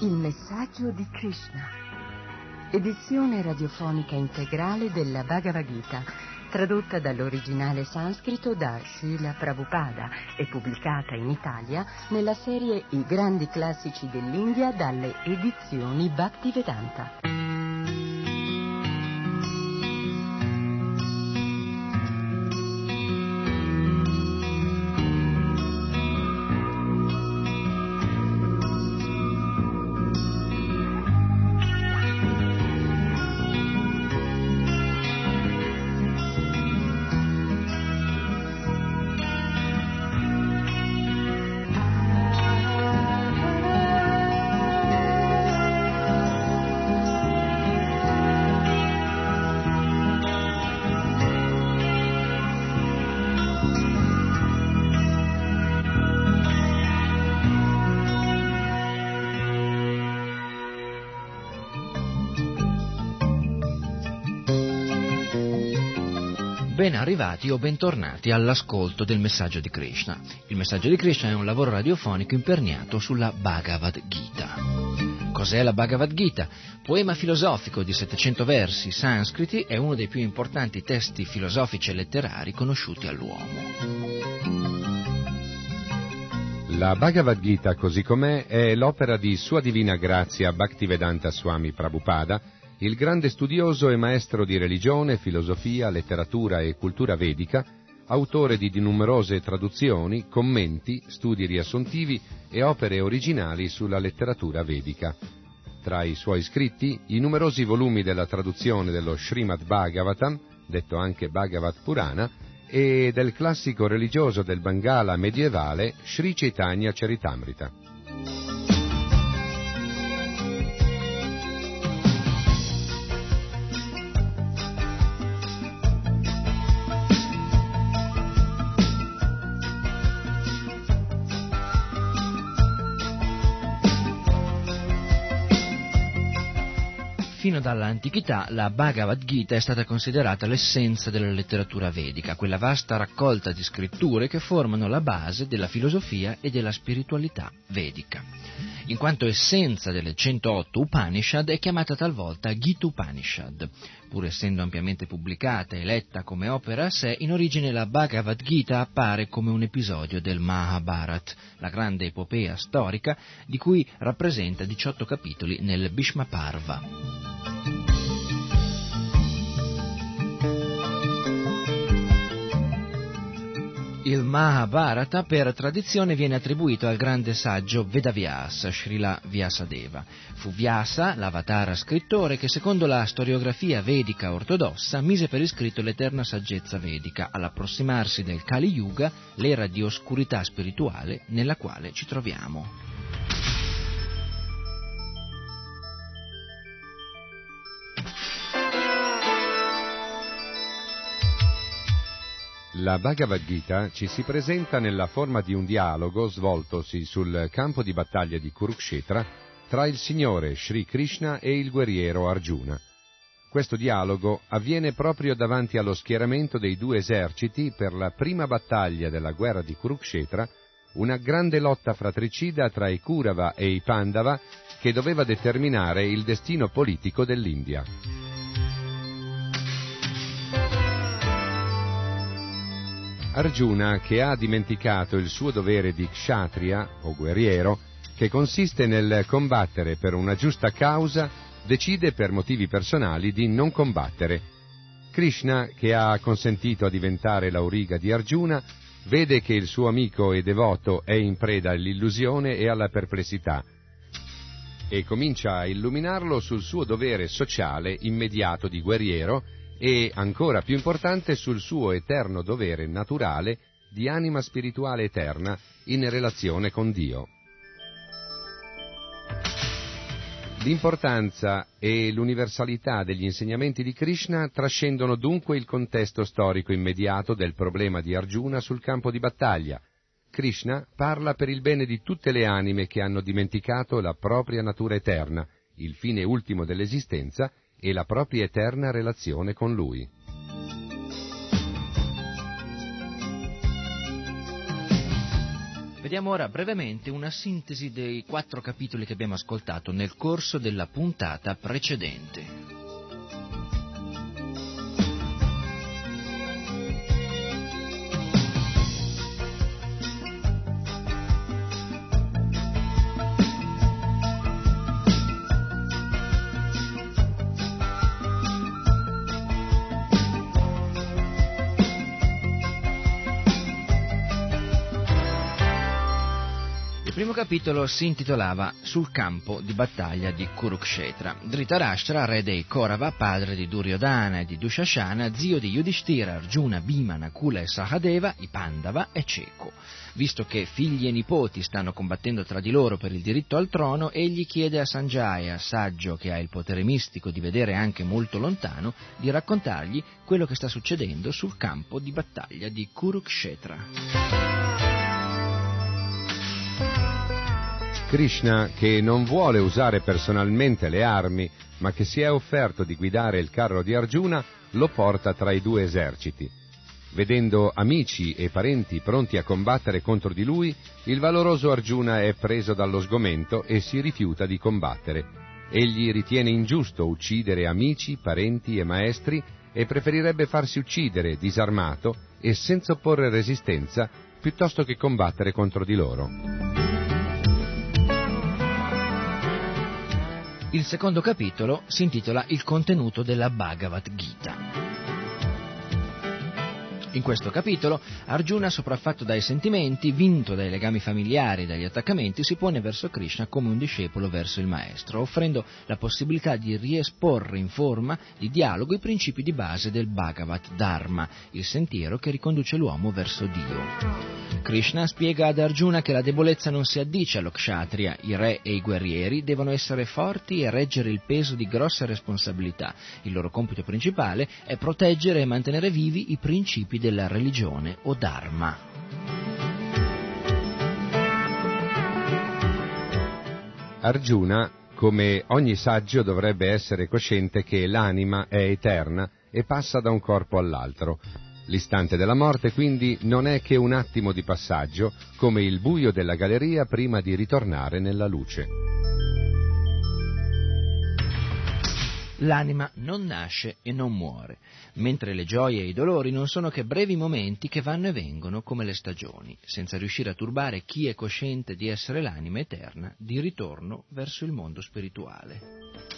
Il messaggio di Krishna. Edizione radiofonica integrale della Bhagavad Gita, tradotta dall'originale sanscrito da Srila Prabhupada e pubblicata in Italia nella serie I grandi classici dell'India dalle edizioni Bhaktivedanta. Ben arrivati o bentornati all'ascolto del Messaggio di Krishna. Il Messaggio di Krishna è un lavoro radiofonico imperniato sulla Bhagavad Gita. Cos'è la Bhagavad Gita? Poema filosofico di 700 versi sanscriti, è uno dei più importanti testi filosofici e letterari conosciuti all'uomo. La Bhagavad Gita, così com'è, è l'opera di Sua Divina Grazia Bhaktivedanta Swami Prabhupada, il grande studioso e maestro di religione, filosofia, letteratura e cultura vedica, autore di numerose traduzioni, commenti, studi riassuntivi e opere originali sulla letteratura vedica. Tra i suoi scritti, i numerosi volumi della traduzione dello Srimad Bhagavatam, detto anche Bhagavad Purana, e del classico religioso del Bengala medievale Sri Chaitanya Charitamrita. Fino dall'antichità la Bhagavad Gita è stata considerata l'essenza della letteratura vedica, quella vasta raccolta di scritture che formano la base della filosofia e della spiritualità vedica. In quanto essenza delle 108 Upanishad è chiamata talvolta Gita Upanishad. Pur essendo ampiamente pubblicata e letta come opera a sé, in origine la Bhagavad Gita appare come un episodio del Mahabharata, la grande epopea storica di cui rappresenta 18 capitoli nel Bhishma Parva. Il Mahabharata per tradizione viene attribuito al grande saggio Vedavyasa, Srila Vyasadeva. Fu Vyasa, l'avatara scrittore, che secondo la storiografia vedica ortodossa mise per iscritto l'eterna saggezza vedica, all'approssimarsi del Kali Yuga, l'era di oscurità spirituale nella quale ci troviamo. La Bhagavad Gita ci si presenta nella forma di un dialogo svoltosi sul campo di battaglia di Kurukshetra tra il Signore Sri Krishna e il guerriero Arjuna. Questo dialogo avviene proprio davanti allo schieramento dei due eserciti per la prima battaglia della guerra di Kurukshetra, una grande lotta fratricida tra i Kurava e i Pandava che doveva determinare il destino politico dell'India. Arjuna, che ha dimenticato il suo dovere di kshatriya, o guerriero, che consiste nel combattere per una giusta causa, decide per motivi personali di non combattere. Krishna, che ha consentito a diventare l'auriga di Arjuna, vede che il suo amico e devoto è in preda all'illusione e alla perplessità e comincia a illuminarlo sul suo dovere sociale immediato di guerriero e, ancora più importante, sul suo eterno dovere naturale di anima spirituale eterna in relazione con Dio. L'importanza e l'universalità degli insegnamenti di Krishna trascendono dunque il contesto storico immediato del problema di Arjuna sul campo di battaglia. Krishna parla per il bene di tutte le anime che hanno dimenticato la propria natura eterna, il fine ultimo dell'esistenza, e la propria eterna relazione con Lui. Vediamo ora brevemente una sintesi dei 4 capitoli che abbiamo ascoltato nel corso della puntata precedente. Il primo capitolo si intitolava Sul campo di battaglia di Kurukshetra. Dhritarashtra, re dei Kaurava, padre di Duryodhana e di Dushashana, zio di Yudhishthira, Arjuna, Bhima, Nakula e Sahadeva, i Pandava, è cieco. Visto che figli e nipoti stanno combattendo tra di loro per il diritto al trono, egli chiede a Sanjaya, saggio che ha il potere mistico di vedere anche molto lontano, di raccontargli quello che sta succedendo sul campo di battaglia di Kurukshetra. Krishna, che non vuole usare personalmente le armi, ma che si è offerto di guidare il carro di Arjuna, lo porta tra i 2 eserciti. Vedendo amici e parenti pronti a combattere contro di lui, il valoroso Arjuna è preso dallo sgomento e si rifiuta di combattere. Egli ritiene ingiusto uccidere amici, parenti e maestri e preferirebbe farsi uccidere disarmato e senza opporre resistenza piuttosto che combattere contro di loro. Il secondo capitolo si intitola Il contenuto della Bhagavad Gita. In questo capitolo Arjuna, sopraffatto dai sentimenti, vinto dai legami familiari e dagli attaccamenti, si pone verso Krishna come un discepolo verso il maestro, offrendo la possibilità di riesporre in forma di dialogo i principi di base del Bhagavad Dharma, il sentiero che riconduce l'uomo verso Dio. Krishna spiega ad Arjuna che la debolezza non si addice allo kshatriya, i re e i guerrieri devono essere forti e reggere il peso di grosse responsabilità. Il loro compito principale è proteggere e mantenere vivi i principi della religione o dharma. Arjuna, come ogni saggio, dovrebbe essere cosciente che l'anima è eterna e passa da un corpo all'altro. L'istante della morte, quindi, non è che un attimo di passaggio, come il buio della galleria prima di ritornare nella luce. L'anima non nasce e non muore, mentre le gioie e i dolori non sono che brevi momenti che vanno e vengono come le stagioni, senza riuscire a turbare chi è cosciente di essere l'anima eterna di ritorno verso il mondo spirituale.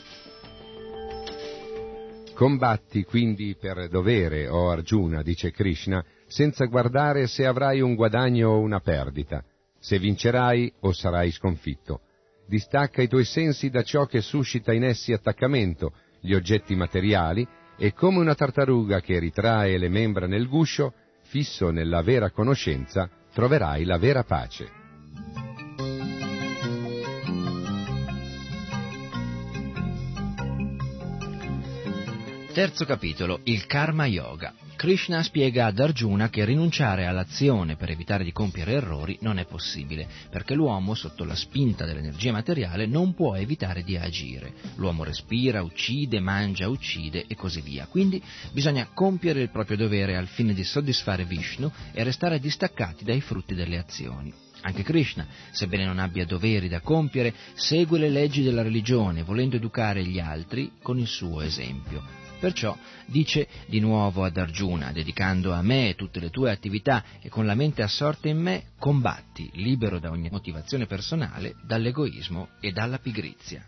Combatti quindi per dovere, o Arjuna, dice Krishna, senza guardare se avrai un guadagno o una perdita, se vincerai o sarai sconfitto. Distacca i tuoi sensi da ciò che suscita in essi attaccamento, gli oggetti materiali, e come una tartaruga che ritrae le membra nel guscio, fisso nella vera conoscenza, troverai la vera pace. Terzo capitolo, il Karma Yoga. Krishna spiega ad Arjuna che rinunciare all'azione per evitare di compiere errori non è possibile, perché l'uomo, sotto la spinta dell'energia materiale, non può evitare di agire. L'uomo respira, uccide, mangia, uccide e così via. Quindi bisogna compiere il proprio dovere al fine di soddisfare Vishnu e restare distaccati dai frutti delle azioni. Anche Krishna, sebbene non abbia doveri da compiere, segue le leggi della religione, volendo educare gli altri con il suo esempio. Perciò dice di nuovo ad Arjuna, dedicando a me tutte le tue attività e con la mente assorta in me, combatti, libero da ogni motivazione personale, dall'egoismo e dalla pigrizia.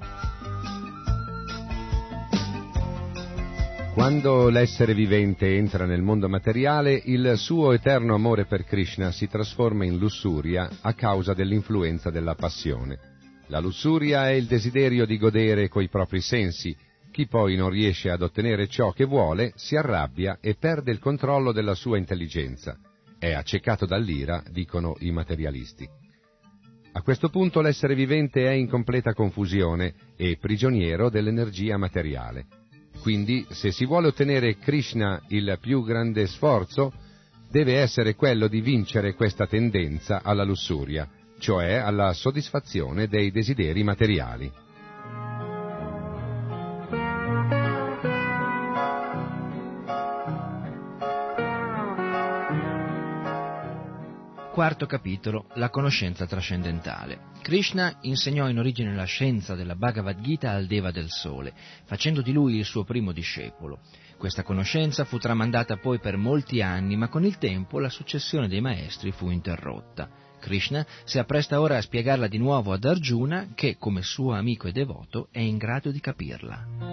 Quando l'essere vivente entra nel mondo materiale, il suo eterno amore per Krishna si trasforma in lussuria a causa dell'influenza della passione. La lussuria è il desiderio di godere coi propri sensi. Chi poi non riesce ad ottenere ciò che vuole si arrabbia e perde il controllo della sua intelligenza. È accecato dall'ira, dicono i materialisti. A questo punto l'essere vivente è in completa confusione e prigioniero dell'energia materiale. Quindi, se si vuole ottenere Krishna, il più grande sforzo deve essere quello di vincere questa tendenza alla lussuria, cioè alla soddisfazione dei desideri materiali. Quarto capitolo, la conoscenza trascendentale. Krishna insegnò in origine la scienza della Bhagavad Gita al Deva del Sole, facendo di lui il suo primo discepolo. Questa conoscenza fu tramandata poi per molti anni, ma con il tempo la successione dei maestri fu interrotta. Krishna si appresta ora a spiegarla di nuovo ad Arjuna, che, come suo amico e devoto, è in grado di capirla.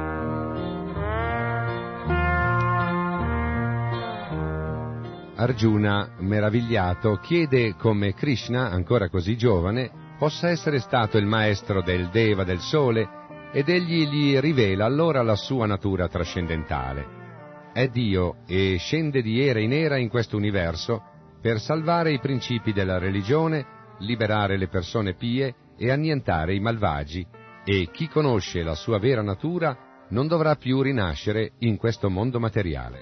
Arjuna, meravigliato, chiede come Krishna, ancora così giovane, possa essere stato il maestro del Deva del Sole, ed egli gli rivela allora la sua natura trascendentale. È Dio e scende di era in era in questo universo per salvare i principi della religione, liberare le persone pie e annientare i malvagi, e chi conosce la sua vera natura non dovrà più rinascere in questo mondo materiale.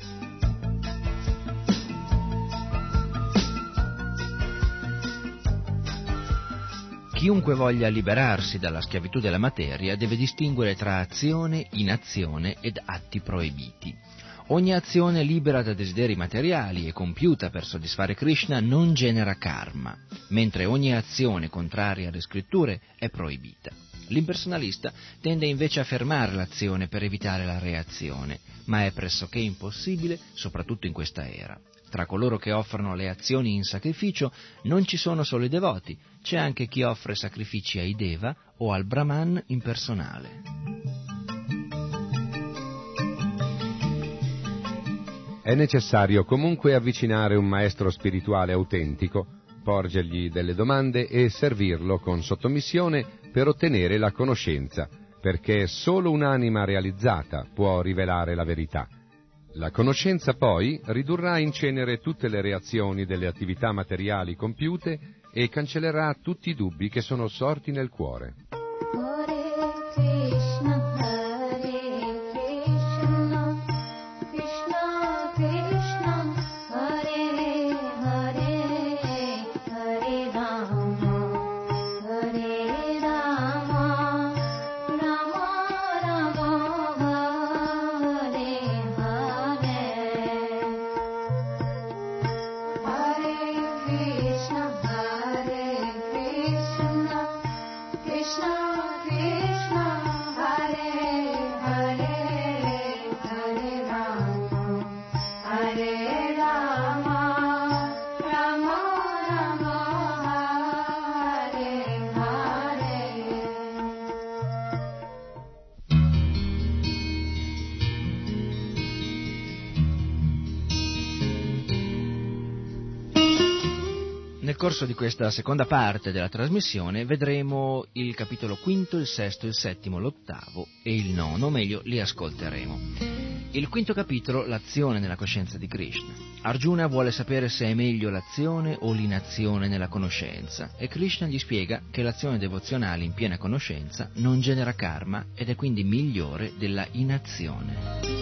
Chiunque voglia liberarsi dalla schiavitù della materia deve distinguere tra azione, inazione ed atti proibiti. Ogni azione libera da desideri materiali e compiuta per soddisfare Krishna non genera karma, mentre ogni azione contraria alle scritture è proibita. L'impersonalista tende invece a fermare l'azione per evitare la reazione, ma è pressoché impossibile, soprattutto in questa era. Tra coloro che offrono le azioni in sacrificio non ci sono solo i devoti, c'è anche chi offre sacrifici ai Deva o al Brahman impersonale. È necessario comunque avvicinare un maestro spirituale autentico, porgergli delle domande e servirlo con sottomissione per ottenere la conoscenza, perché solo un'anima realizzata può rivelare la verità. La conoscenza poi ridurrà in cenere tutte le reazioni delle attività materiali compiute e cancellerà tutti i dubbi che sono sorti nel cuore. Nel corso di questa seconda parte della trasmissione vedremo il capitolo quinto, il sesto, il settimo, l'ottavo e il nono, o meglio li ascolteremo. Il quinto capitolo, l'azione nella coscienza di Krishna. Arjuna vuole sapere se è meglio l'azione o l'inazione nella conoscenza e Krishna gli spiega che l'azione devozionale in piena conoscenza non genera karma ed è quindi migliore della inazione.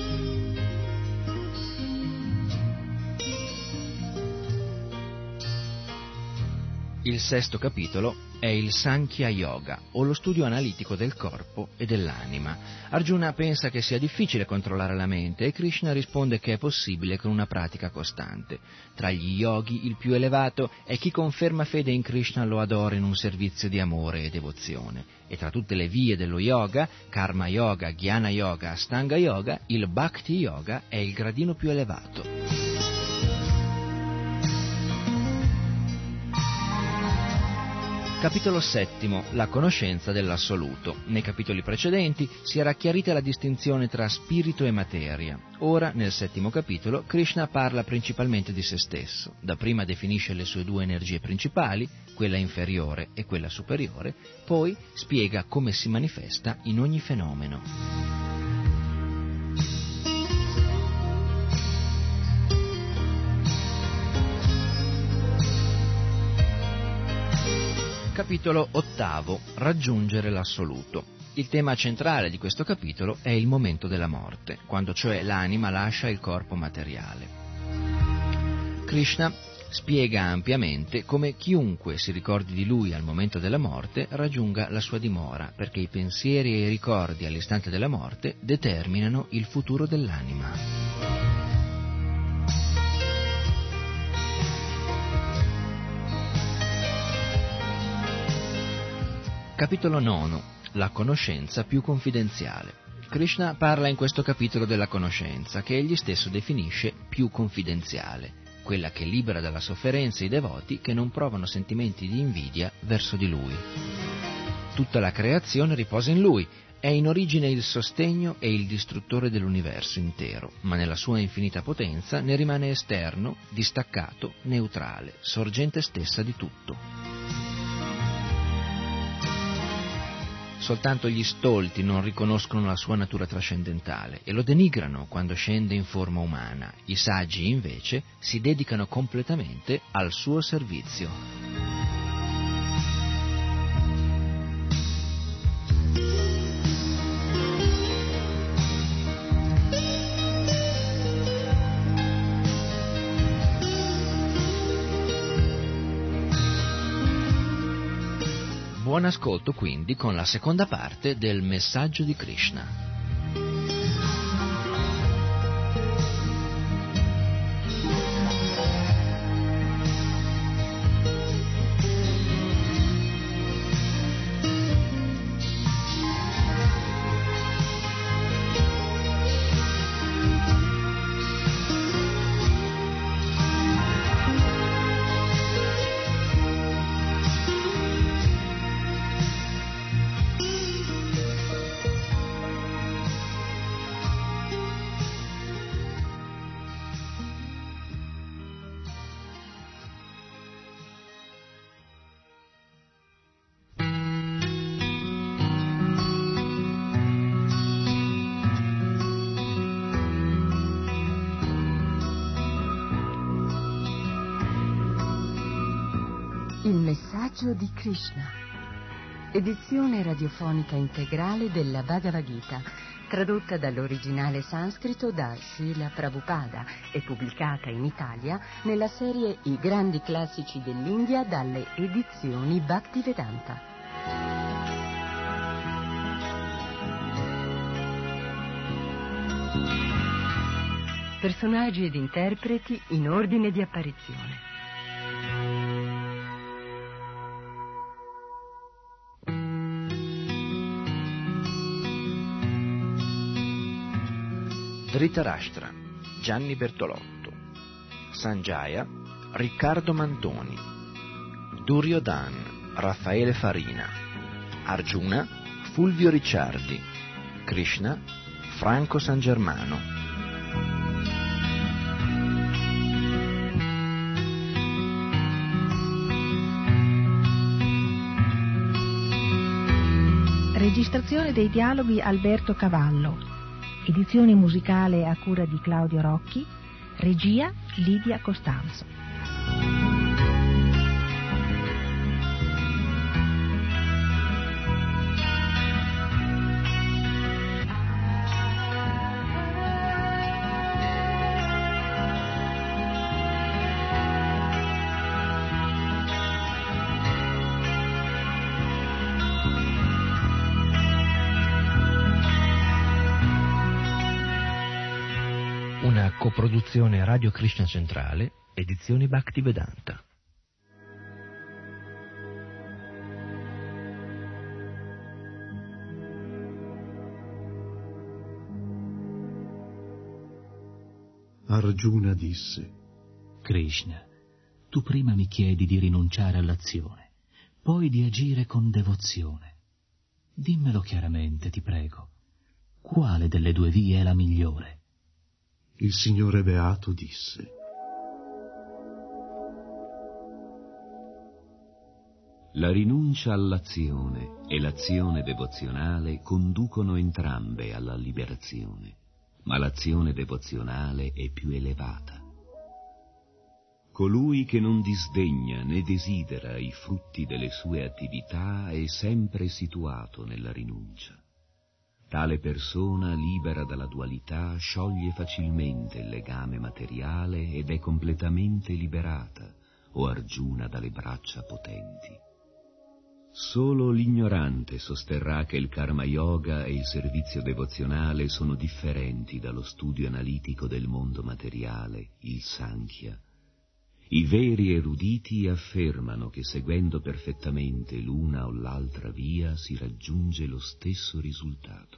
Il sesto capitolo è il Sankhya Yoga, o lo studio analitico del corpo e dell'anima. Arjuna pensa che sia difficile controllare la mente e Krishna risponde che è possibile con una pratica costante. Tra gli yogi il più elevato è chi con ferma fede in Krishna lo adora in un servizio di amore e devozione. E tra tutte le vie dello yoga, Karma Yoga, Jnana Yoga, Astanga Yoga, il Bhakti Yoga è il gradino più elevato. Capitolo settimo, la conoscenza dell'assoluto. Nei capitoli precedenti si era chiarita la distinzione tra spirito e materia. Ora, nel settimo capitolo, Krishna parla principalmente di se stesso. Dapprima definisce le sue due energie principali, quella inferiore e quella superiore, poi spiega come si manifesta in ogni fenomeno. Capitolo ottavo, raggiungere l'assoluto. Il tema centrale di questo capitolo è il momento della morte, quando cioè l'anima lascia il corpo materiale. Krishna spiega ampiamente come chiunque si ricordi di lui al momento della morte raggiunga la sua dimora, perché i pensieri e i ricordi all'istante della morte determinano il futuro dell'anima. Capitolo 9. La conoscenza più confidenziale. Krishna parla in questo capitolo della conoscenza, che egli stesso definisce più confidenziale, quella che libera dalla sofferenza i devoti che non provano sentimenti di invidia verso di lui. Tutta la creazione riposa in lui, è in origine il sostegno e il distruttore dell'universo intero, ma nella sua infinita potenza ne rimane esterno, distaccato, neutrale, sorgente stessa di tutto. Soltanto gli stolti non riconoscono la sua natura trascendentale e lo denigrano quando scende in forma umana. I saggi, invece, si dedicano completamente al suo servizio. Buon ascolto quindi con la seconda parte del messaggio di Krishna. Il messaggio di Krishna. Edizione radiofonica integrale della Bhagavad Gita, tradotta dall'originale sanscrito da Srila Prabhupada e pubblicata in Italia nella serie I grandi classici dell'India dalle edizioni Bhaktivedanta. Personaggi ed interpreti in ordine di apparizione. Dhritarashtra, Gianni Bertolotto. Sanjaya, Riccardo Mantoni. Duryodhan, Raffaele Farina. Arjuna, Fulvio Ricciardi. Krishna, Franco San Germano. Registrazione dei dialoghi Alberto Cavallo. Edizione musicale a cura di Claudio Rocchi, regia Lidia Costanzo. Una coproduzione Radio Krishna Centrale, edizioni Bhaktivedanta. Arjuna disse: Krishna, tu prima mi chiedi di rinunciare all'azione, poi di agire con devozione. Dimmelo chiaramente, ti prego. Quale delle due vie è la migliore? Il Signore Beato disse: La rinuncia all'azione e l'azione devozionale conducono entrambe alla liberazione, ma l'azione devozionale è più elevata. Colui che non disdegna né desidera i frutti delle sue attività è sempre situato nella rinuncia. Tale persona, libera dalla dualità, scioglie facilmente il legame materiale ed è completamente liberata, o Arjuna, dalle braccia potenti. Solo l'ignorante sosterrà che il karma yoga e il servizio devozionale sono differenti dallo studio analitico del mondo materiale, il Sankhya. I veri eruditi affermano che seguendo perfettamente l'una o l'altra via si raggiunge lo stesso risultato.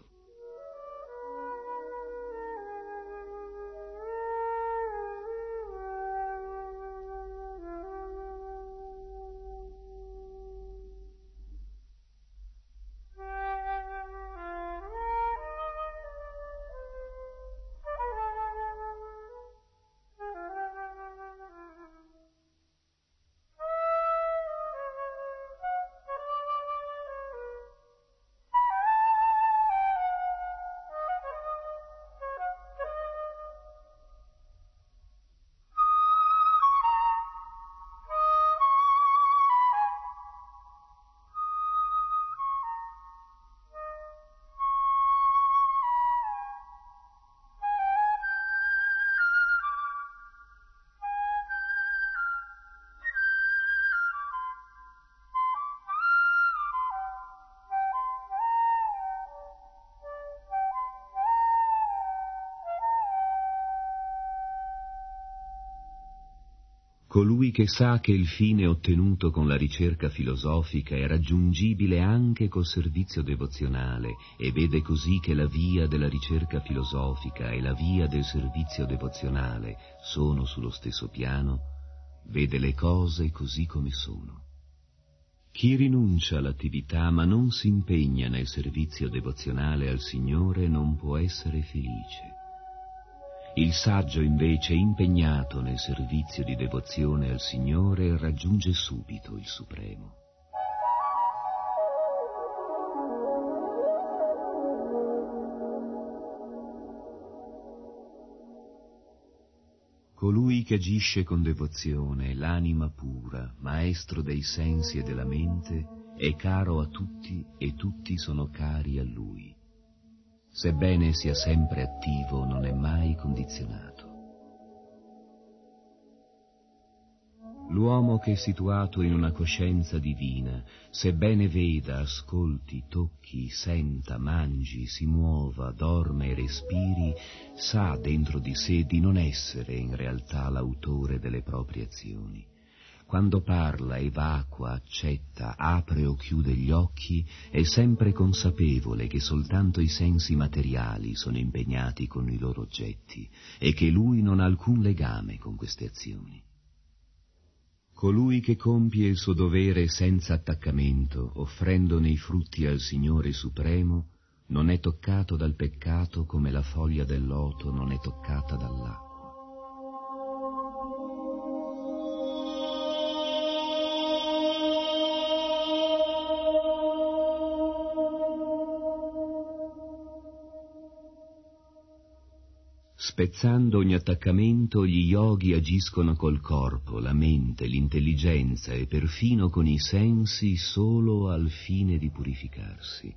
Colui che sa che il fine ottenuto con la ricerca filosofica è raggiungibile anche col servizio devozionale e vede così che la via della ricerca filosofica e la via del servizio devozionale sono sullo stesso piano, vede le cose così come sono. Chi rinuncia all'attività ma non si impegna nel servizio devozionale al Signore non può essere felice. Il saggio invece impegnato nel servizio di devozione al Signore raggiunge subito il Supremo. Colui che agisce con devozione, l'anima pura, maestro dei sensi e della mente, è caro a tutti e tutti sono cari a lui. Sebbene sia sempre attivo, non è mai condizionato. L'uomo che è situato in una coscienza divina, sebbene veda, ascolti, tocchi, senta, mangi, si muova, dorme e respiri, sa dentro di sé di non essere in realtà l'autore delle proprie azioni. Quando parla, evacua, accetta, apre o chiude gli occhi, è sempre consapevole che soltanto i sensi materiali sono impegnati con i loro oggetti e che lui non ha alcun legame con queste azioni. Colui che compie il suo dovere senza attaccamento, offrendone i frutti al Signore Supremo, non è toccato dal peccato come la foglia del loto non è toccata dall'acqua. Spezzando ogni attaccamento, gli yogi agiscono col corpo, la mente, l'intelligenza e perfino con i sensi solo al fine di purificarsi.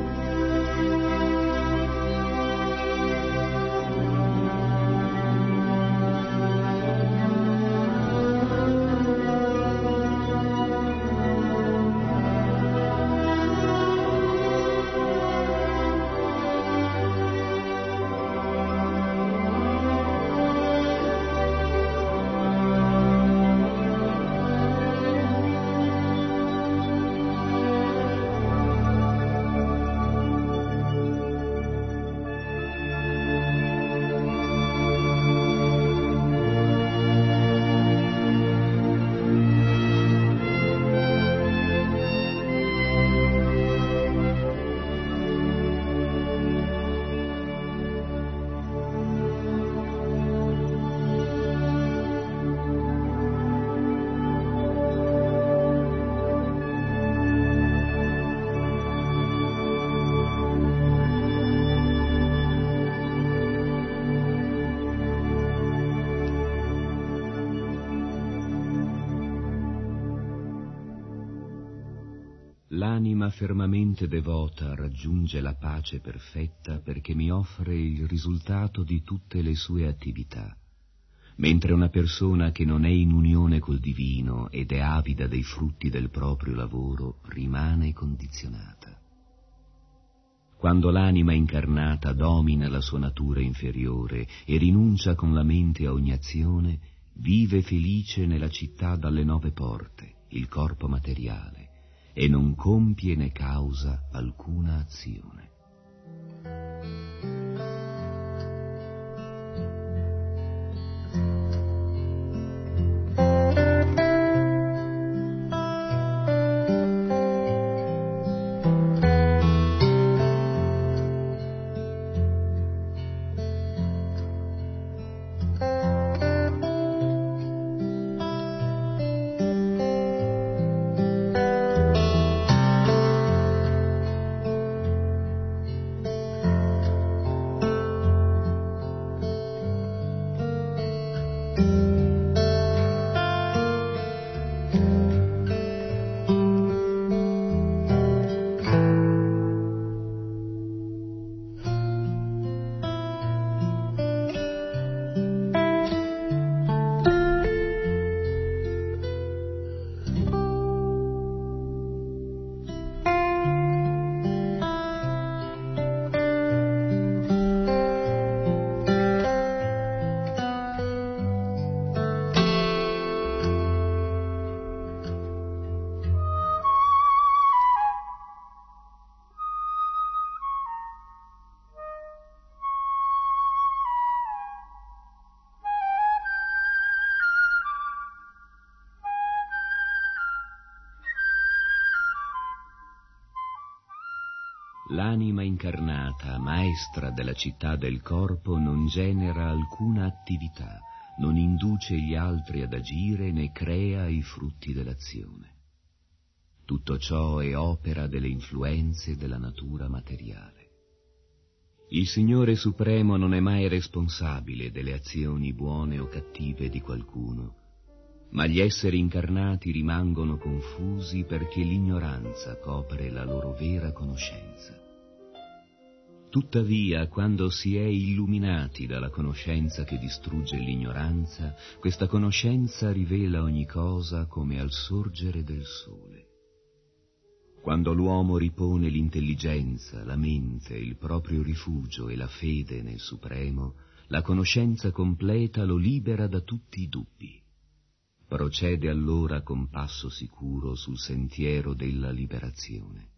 L'anima fermamente devota raggiunge la pace perfetta perché mi offre il risultato di tutte le sue attività, mentre una persona che non è in unione col divino ed è avida dei frutti del proprio lavoro rimane condizionata. Quando l'anima incarnata domina la sua natura inferiore e rinuncia con la mente a ogni azione, vive felice nella città dalle 9 porte, il corpo materiale, e non compie né causa alcuna azione. L'anima incarnata, maestra della città del corpo, non genera alcuna attività, non induce gli altri ad agire né crea i frutti dell'azione. Tutto ciò è opera delle influenze della natura materiale. Il Signore Supremo non è mai responsabile delle azioni buone o cattive di qualcuno, ma gli esseri incarnati rimangono confusi perché l'ignoranza copre la loro vera conoscenza. Tuttavia, quando si è illuminati dalla conoscenza che distrugge l'ignoranza, questa conoscenza rivela ogni cosa come al sorgere del sole. Quando l'uomo ripone l'intelligenza, la mente, il proprio rifugio e la fede nel Supremo, la conoscenza completa lo libera da tutti i dubbi. Procede allora con passo sicuro sul sentiero della liberazione.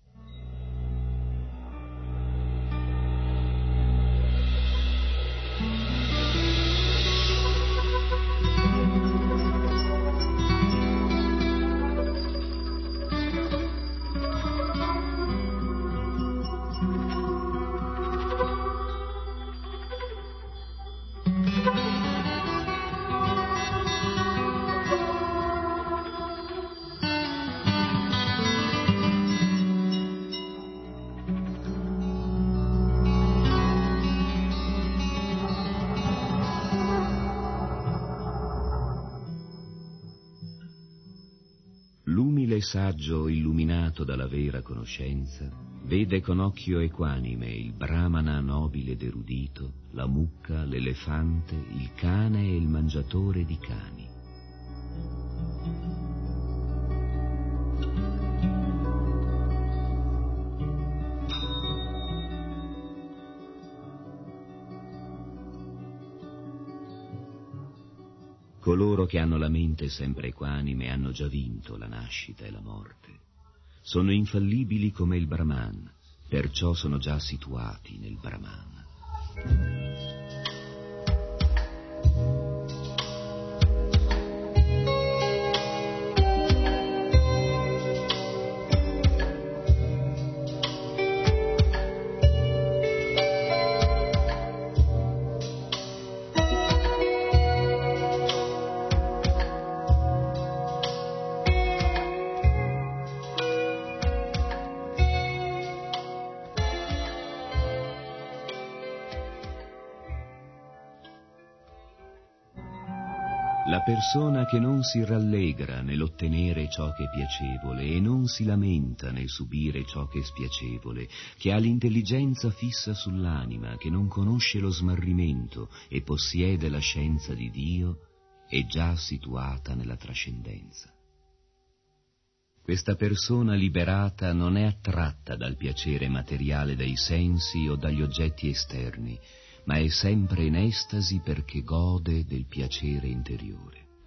L'umile saggio illuminato dalla vera conoscenza vede con occhio equanime il brahmana nobile ed erudito, la mucca, l'elefante, il cane e il mangiatore di cani. Coloro che hanno la mente sempre equanime hanno già vinto la nascita e la morte. Sono infallibili come il Brahman, perciò sono già situati nel Brahman. La persona che non si rallegra nell'ottenere ciò che è piacevole e non si lamenta nel subire ciò che è spiacevole, che ha l'intelligenza fissa sull'anima, che non conosce lo smarrimento e possiede la scienza di Dio, è già situata nella trascendenza. Questa persona liberata non è attratta dal piacere materiale dei sensi o dagli oggetti esterni, ma è sempre in estasi perché gode del piacere interiore.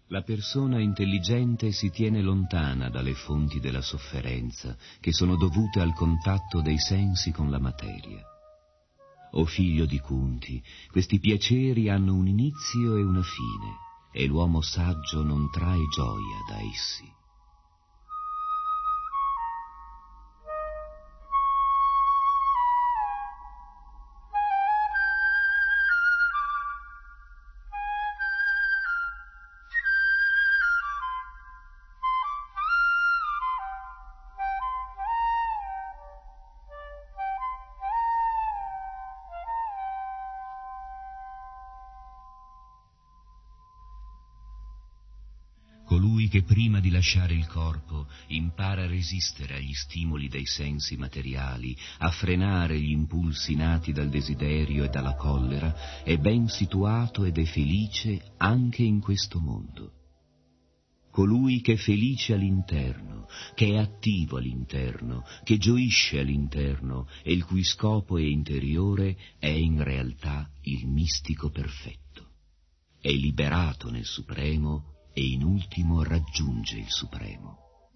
La persona intelligente si tiene lontana dalle fonti della sofferenza che sono dovute al contatto dei sensi con la materia. O figlio di Kunti, questi piaceri hanno un inizio e una fine, e l'uomo saggio non trae gioia da essi. Colui che prima di lasciare il corpo impara a resistere agli stimoli dei sensi materiali, a frenare gli impulsi nati dal desiderio e dalla collera, è ben situato ed è felice anche in questo mondo. Colui che è felice all'interno, che è attivo all'interno, che gioisce all'interno e il cui scopo è interiore, è in realtà il mistico perfetto. È liberato nel Supremo e in ultimo raggiunge il Supremo.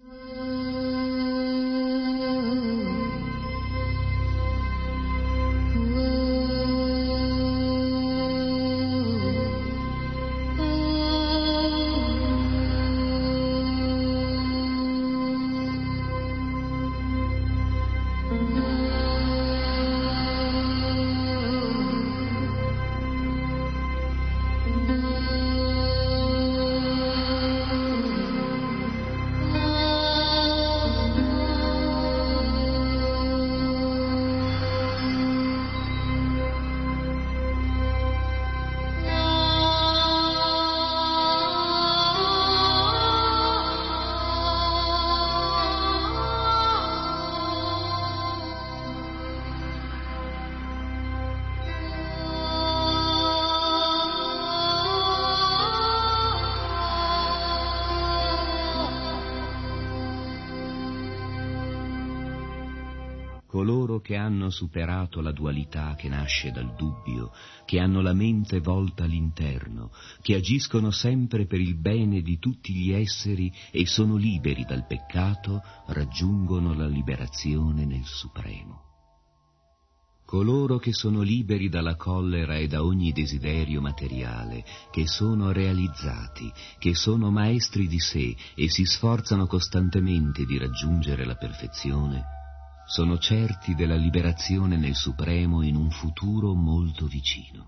Coloro che hanno superato la dualità che nasce dal dubbio, che hanno la mente volta all'interno, che agiscono sempre per il bene di tutti gli esseri e sono liberi dal peccato, raggiungono la liberazione nel Supremo. Coloro che sono liberi dalla collera e da ogni desiderio materiale, che sono realizzati, che sono maestri di sé e si sforzano costantemente di raggiungere la perfezione, sono certi della liberazione nel Supremo in un futuro molto vicino.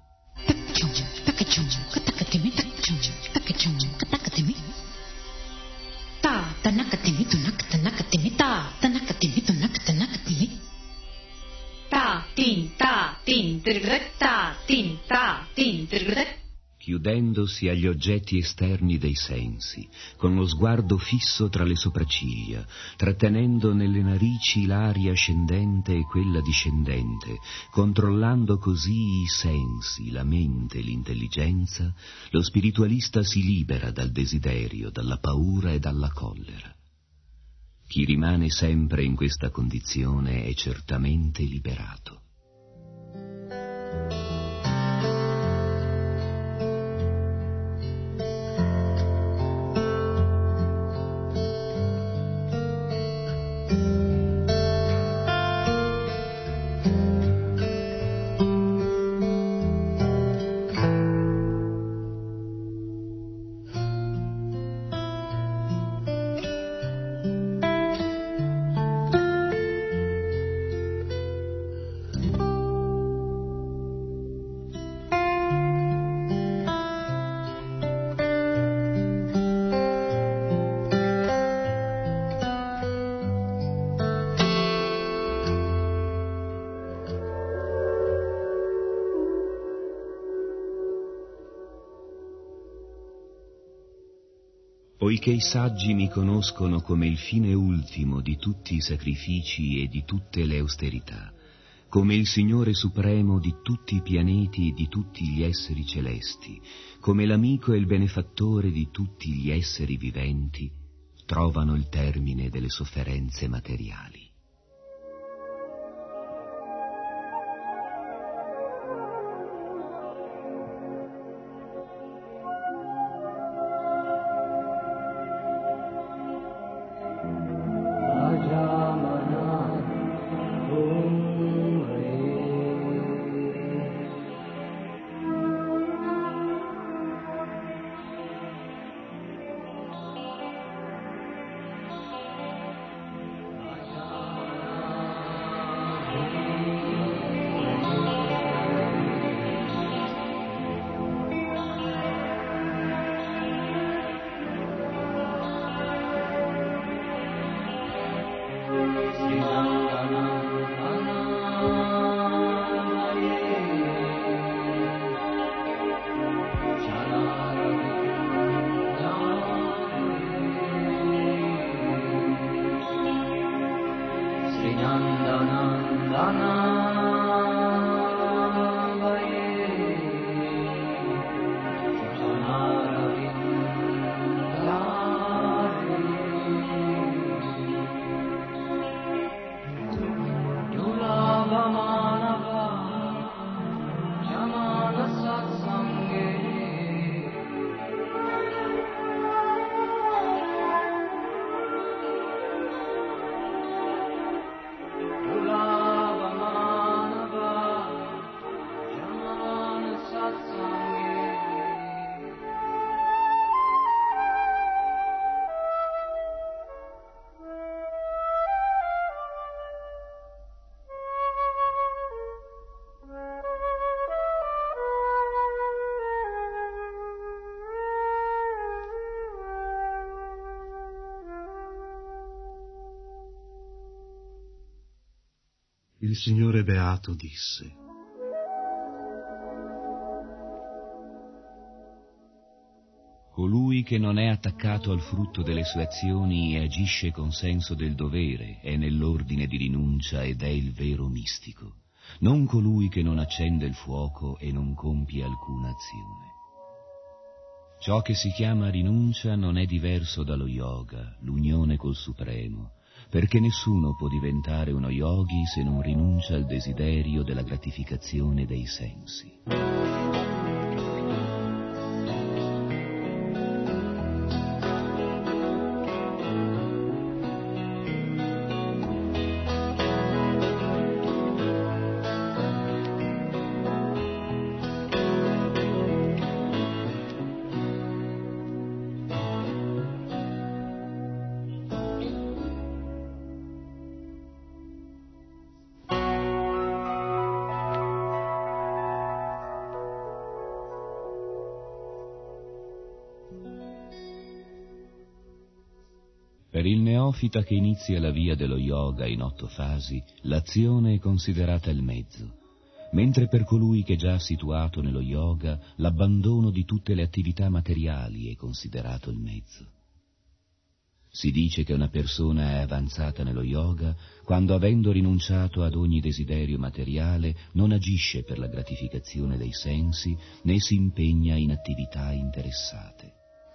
Chiudendosi agli oggetti esterni dei sensi, con lo sguardo fisso tra le sopracciglia, trattenendo nelle narici l'aria ascendente e quella discendente, controllando così i sensi, la mente, l'intelligenza, lo spiritualista si libera dal desiderio, dalla paura e dalla collera. Chi rimane sempre in questa condizione è certamente liberato. Poiché i saggi mi conoscono come il fine ultimo di tutti i sacrifici e di tutte le austerità, come il Signore Supremo di tutti i pianeti e di tutti gli esseri celesti, come l'amico e il benefattore di tutti gli esseri viventi, trovano il termine delle sofferenze materiali. Il Signore Beato disse: colui che non è attaccato al frutto delle sue azioni e agisce con senso del dovere è nell'ordine di rinuncia ed è il vero mistico, non colui che non accende il fuoco e non compie alcuna azione. Ciò che si chiama rinuncia non è diverso dallo yoga, l'unione col Supremo, perché nessuno può diventare uno yogi se non rinuncia al desiderio della gratificazione dei sensi. Per il neofita che inizia la via dello yoga in 8 fasi, l'azione è considerata il mezzo, mentre per colui che è già situato nello yoga, l'abbandono di tutte le attività materiali è considerato il mezzo. Si dice che una persona è avanzata nello yoga quando, avendo rinunciato ad ogni desiderio materiale, non agisce per la gratificazione dei sensi né si impegna in attività interessate.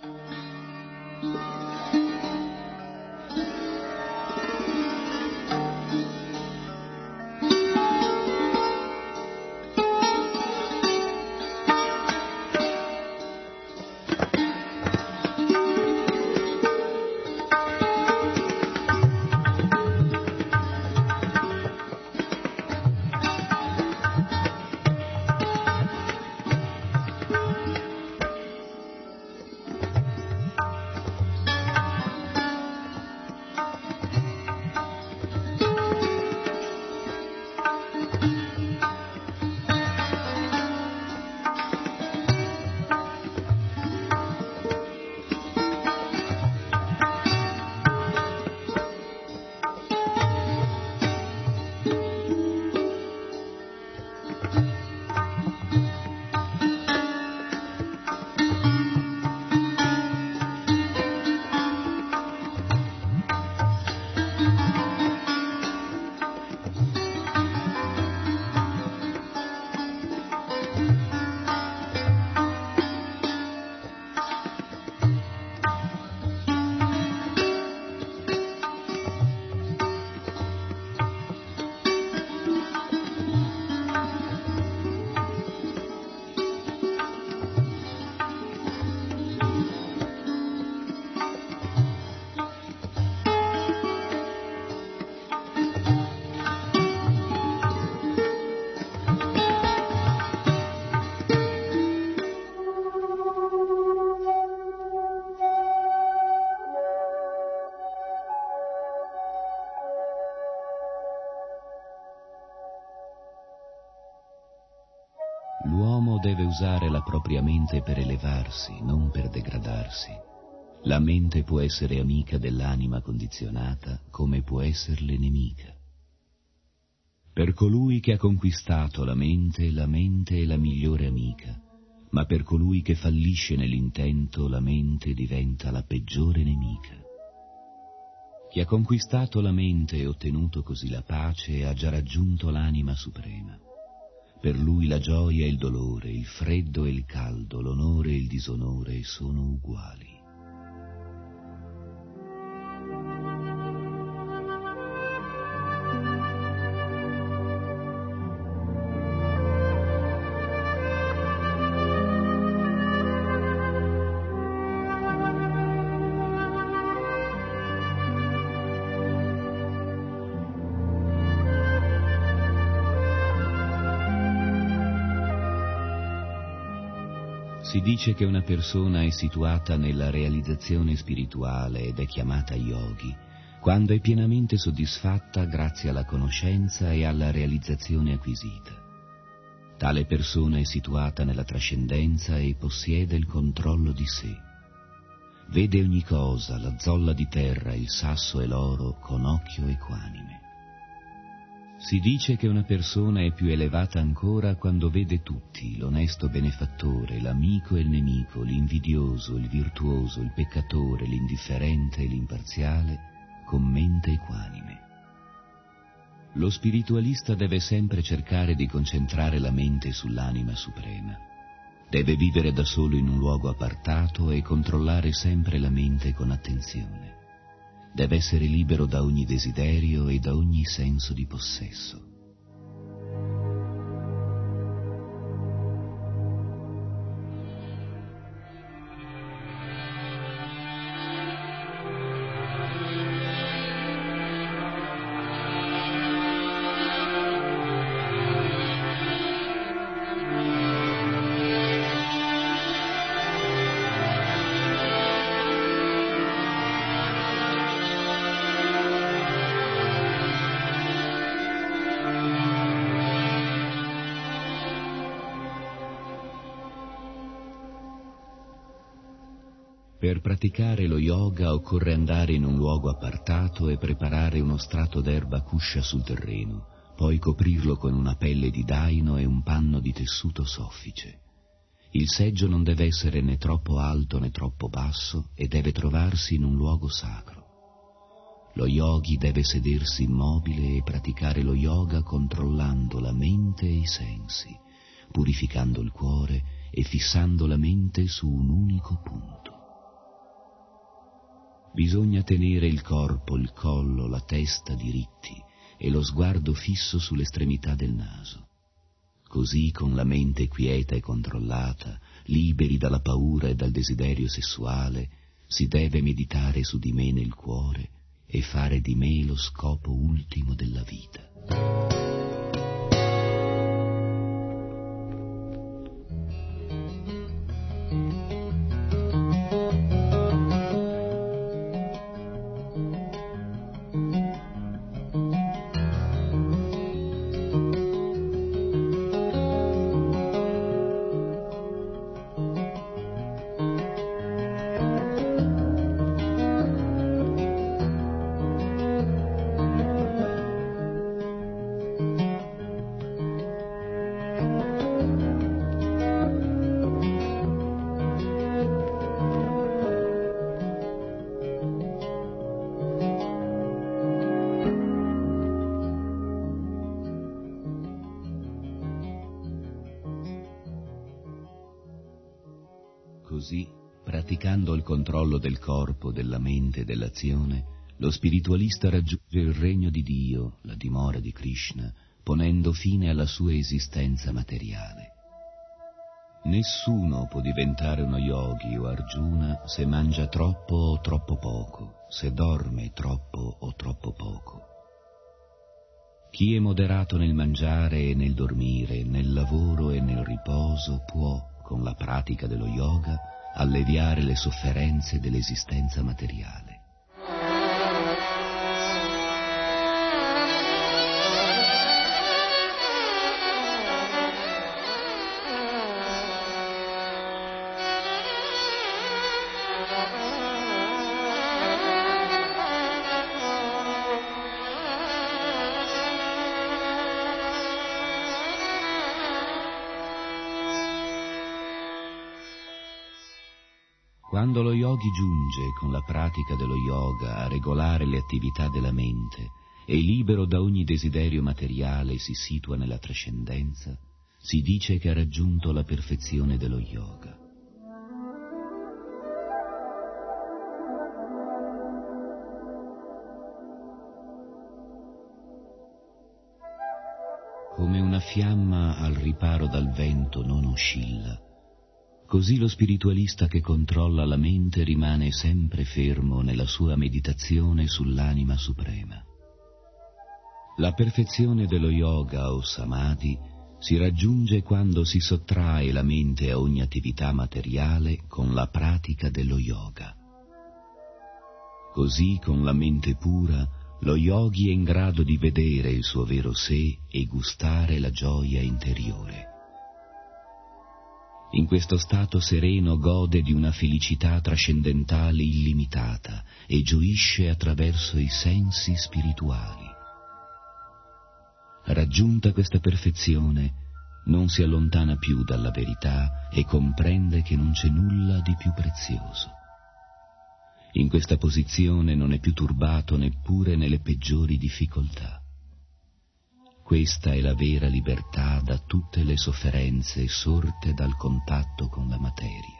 L'uomo deve usare la propria mente per elevarsi, non per degradarsi. La mente può essere amica dell'anima condizionata, come può esserle nemica. Per colui che ha conquistato la mente è la migliore amica, ma per colui che fallisce nell'intento, la mente diventa la peggiore nemica. Chi ha conquistato la mente e ottenuto così la pace ha già raggiunto l'anima suprema. Per lui la gioia e il dolore, il freddo e il caldo, l'onore e il disonore sono uguali. Si dice che una persona è situata nella realizzazione spirituale ed è chiamata yogi quando è pienamente soddisfatta grazie alla conoscenza e alla realizzazione acquisita. Tale persona è situata nella trascendenza e possiede il controllo di sé. Vede ogni cosa, la zolla di terra, il sasso e l'oro, con occhio equanime. Si dice che una persona è più elevata ancora quando vede tutti, l'onesto benefattore, l'amico e il nemico, l'invidioso, il virtuoso, il peccatore, l'indifferente e l'imparziale, con mente equanime. Lo spiritualista deve sempre cercare di concentrare la mente sull'anima suprema. Deve vivere da solo in un luogo appartato e controllare sempre la mente con attenzione. Deve essere libero da ogni desiderio e da ogni senso di possesso. Per praticare lo yoga occorre andare in un luogo appartato e preparare uno strato d'erba cuscia sul terreno, poi coprirlo con una pelle di daino e un panno di tessuto soffice. Il seggio non deve essere né troppo alto né troppo basso e deve trovarsi in un luogo sacro. Lo yogi deve sedersi immobile e praticare lo yoga controllando la mente e i sensi, purificando il cuore e fissando la mente su un unico punto. Bisogna tenere il corpo, il collo, la testa diritti e lo sguardo fisso sull'estremità del naso. Così, con la mente quieta e controllata, liberi dalla paura e dal desiderio sessuale, si deve meditare su di me nel cuore e fare di me lo scopo ultimo della vita. Così, praticando il controllo del corpo, della mente e dell'azione, lo spiritualista raggiunge il regno di Dio, la dimora di Krishna, ponendo fine alla sua esistenza materiale. Nessuno può diventare uno yogi o Arjuna se mangia troppo o troppo poco, se dorme troppo o troppo poco. Chi è moderato nel mangiare e nel dormire, nel lavoro e nel riposo può, con la pratica dello yoga, alleviare le sofferenze dell'esistenza materiale. Quando lo yogi giunge con la pratica dello yoga a regolare le attività della mente e libero da ogni desiderio materiale si situa nella trascendenza, si dice che ha raggiunto la perfezione dello yoga. Come una fiamma al riparo dal vento non oscilla, così lo spiritualista che controlla la mente rimane sempre fermo nella sua meditazione sull'anima suprema. La perfezione dello yoga o samadhi si raggiunge quando si sottrae la mente a ogni attività materiale con la pratica dello yoga. Così, con la mente pura, lo yogi è in grado di vedere il suo vero sé e gustare la gioia interiore. In questo stato sereno gode di una felicità trascendentale illimitata e gioisce attraverso i sensi spirituali. raggiunta questa perfezione, non si allontana più dalla verità e comprende che non c'è nulla di più prezioso. In questa posizione non è più turbato neppure nelle peggiori difficoltà. Questa è la vera libertà da tutte le sofferenze sorte dal contatto con la materia.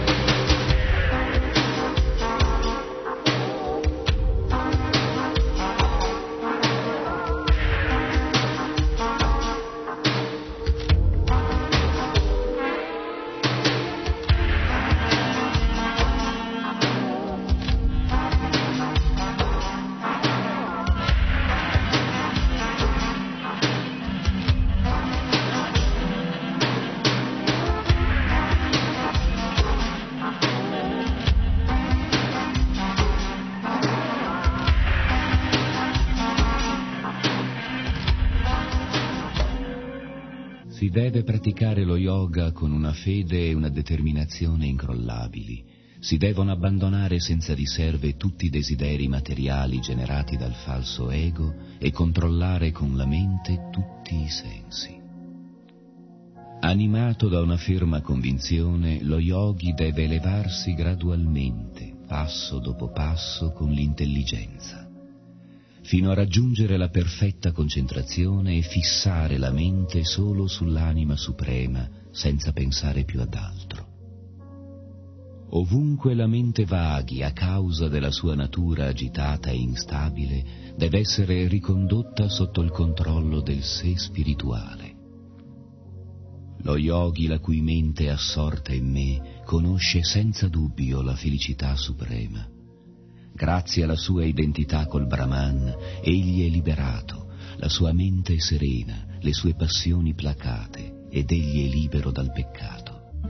Si deve praticare lo yoga con una fede e una determinazione incrollabili. Si devono abbandonare senza riserve tutti i desideri materiali generati dal falso ego e controllare con la mente tutti i sensi. Animato da una ferma convinzione, lo yogi deve elevarsi gradualmente, passo dopo passo, con l'intelligenza, fino a raggiungere la perfetta concentrazione e fissare la mente solo sull'anima suprema, senza pensare più ad altro. Ovunque la mente vaghi a causa della sua natura agitata e instabile, deve essere ricondotta sotto il controllo del sé spirituale. Lo yogi, la cui mente è assorta in me, conosce senza dubbio la felicità suprema. Grazie alla sua identità col Brahman, egli è liberato, la sua mente è serena, le sue passioni placate, ed egli è libero dal peccato.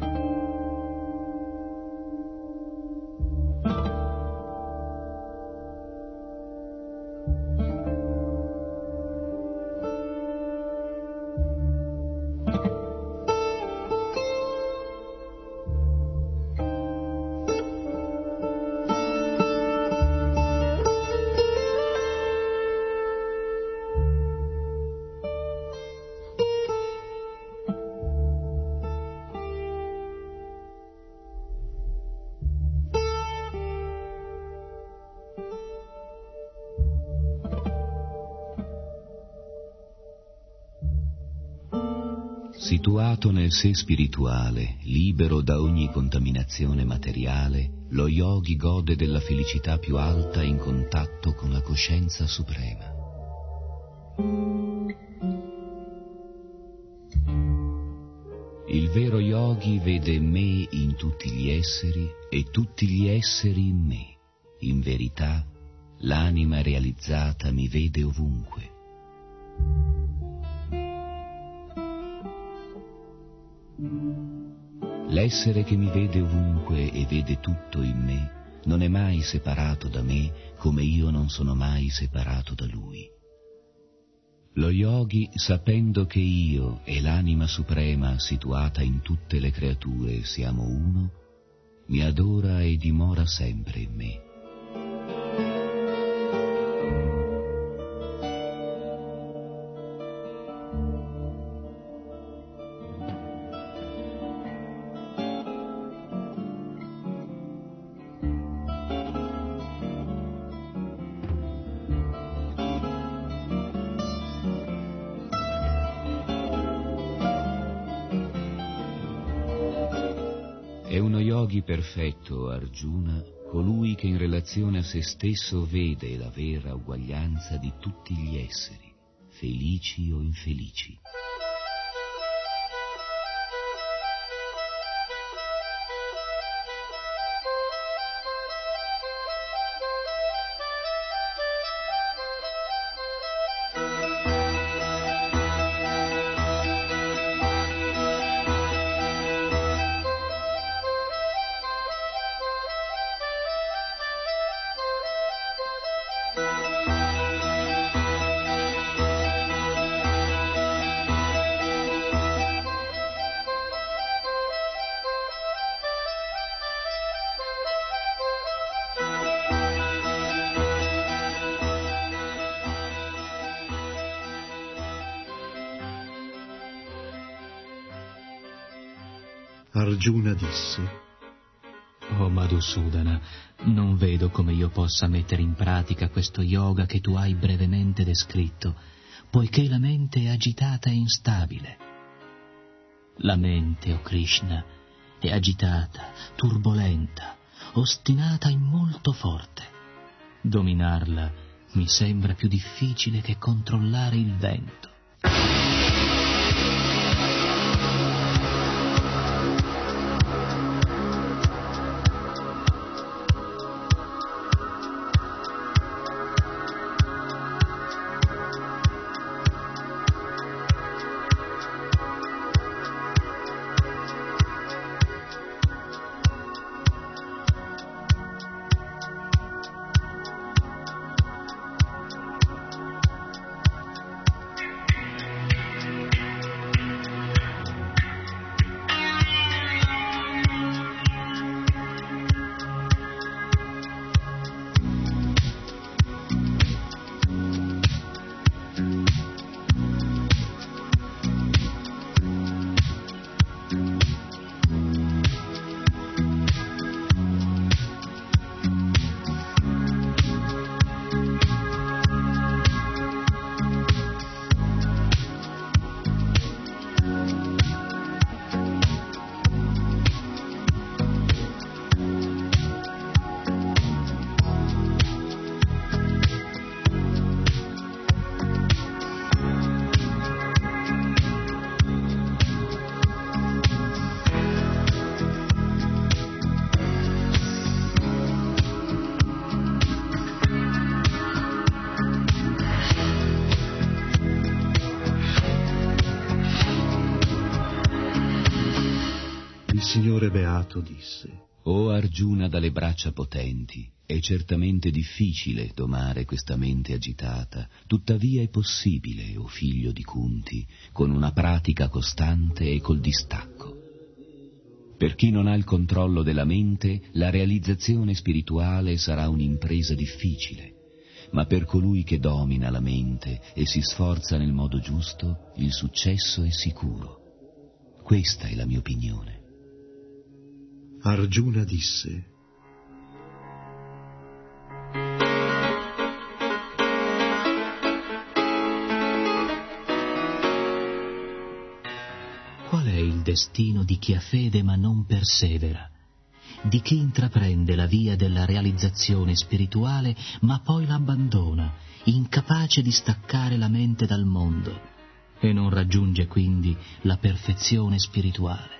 Situato nel sé spirituale, libero da ogni contaminazione materiale, lo yogi gode della felicità più alta in contatto con la coscienza suprema. Il vero yogi vede me in tutti gli esseri e tutti gli esseri in me. In verità, l'anima realizzata mi vede ovunque. L'essere che mi vede ovunque e vede tutto in me non è mai separato da me come io non sono mai separato da lui. Lo yogi, sapendo che io e l'anima suprema situata in tutte le creature siamo uno, mi adora e dimora sempre in me. È uno yogi perfetto, Arjuna, colui che in relazione a se stesso vede la vera uguaglianza di tutti gli esseri, felici o infelici. Arjuna disse: Oh Madhusudana, non vedo come io possa mettere in pratica questo yoga che tu hai brevemente descritto, poiché la mente è agitata e instabile. La mente, o Krishna, è agitata, turbolenta, ostinata e molto forte. Dominarla mi sembra più difficile che controllare il vento. Il Signore Beato disse: O Arjuna dalle braccia potenti, è certamente difficile domare questa mente agitata, tuttavia è possibile, o figlio di Kunti, con una pratica costante e col distacco. Per chi non ha il controllo della mente, la realizzazione spirituale sarà un'impresa difficile, ma per colui che domina la mente e si sforza nel modo giusto, il successo è sicuro. Questa è la mia opinione. Arjuna disse: Qual è il destino di chi ha fede ma non persevera, di chi intraprende la via della realizzazione spirituale ma poi l'abbandona, incapace di staccare la mente dal mondo e non raggiunge quindi la perfezione spirituale?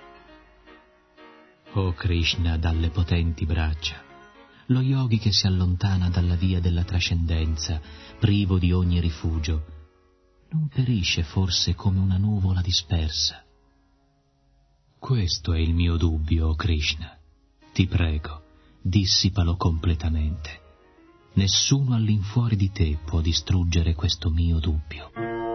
O Krishna dalle potenti braccia, lo yogi che si allontana dalla via della trascendenza, privo di ogni rifugio, non perisce forse come una nuvola dispersa? Questo è il mio dubbio, o Krishna. Ti prego, dissipalo completamente. Nessuno all'infuori di te può distruggere questo mio dubbio.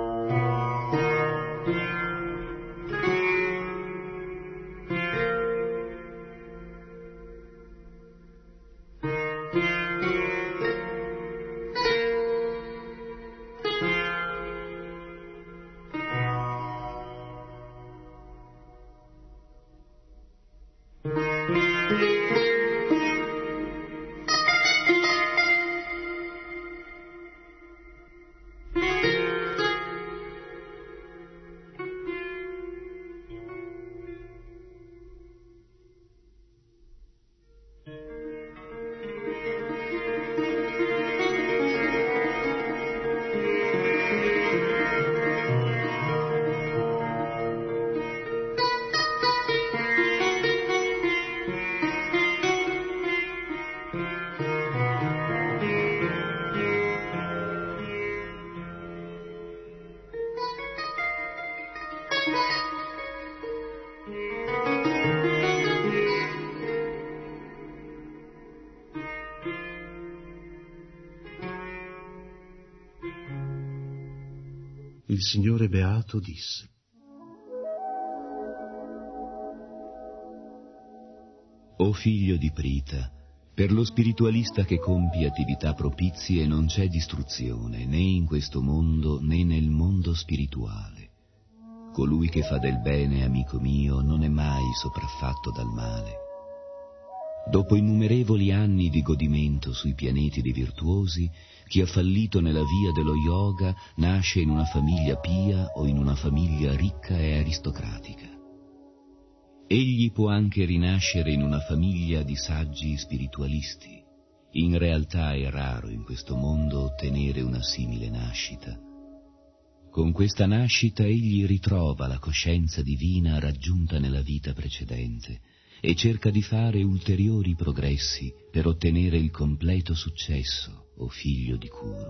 Il Signore Beato disse: O figlio di Prita, per lo spiritualista che compie attività propizie non c'è distruzione né in questo mondo né nel mondo spirituale. Colui che fa del bene, amico mio, non è mai sopraffatto dal male. Dopo innumerevoli anni di godimento sui pianeti dei virtuosi, chi ha fallito nella via dello yoga nasce in una famiglia pia o in una famiglia ricca e aristocratica. Egli può anche rinascere in una famiglia di saggi spiritualisti. In realtà è raro in questo mondo ottenere una simile nascita. Con questa nascita egli ritrova la coscienza divina raggiunta nella vita precedente e cerca di fare ulteriori progressi per ottenere il completo successo, o figlio di Kuru.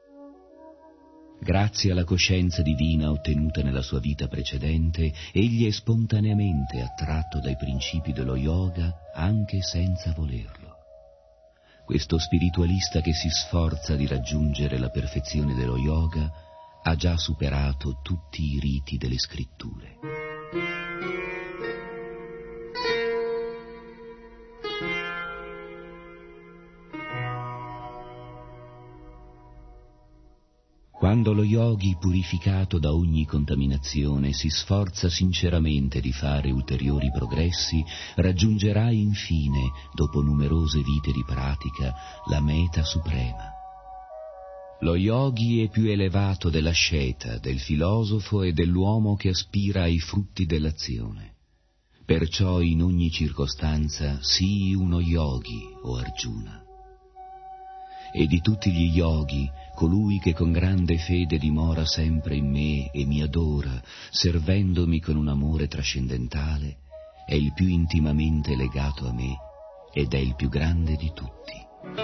Grazie alla coscienza divina ottenuta nella sua vita precedente, egli è spontaneamente attratto dai principi dello yoga anche senza volerlo. Questo spiritualista che si sforza di raggiungere la perfezione dello yoga ha già superato tutti i riti delle scritture. Quando lo yogi, purificato da ogni contaminazione, si sforza sinceramente di fare ulteriori progressi, raggiungerà infine, dopo numerose vite di pratica, la meta suprema. Lo yogi è più elevato dell'asceta, del filosofo e dell'uomo che aspira ai frutti dell'azione. Perciò in ogni circostanza sii uno yogi, o Arjuna. E di tutti gli yogi, colui che con grande fede dimora sempre in me e mi adora, servendomi con un amore trascendentale, è il più intimamente legato a me ed è il più grande di tutti.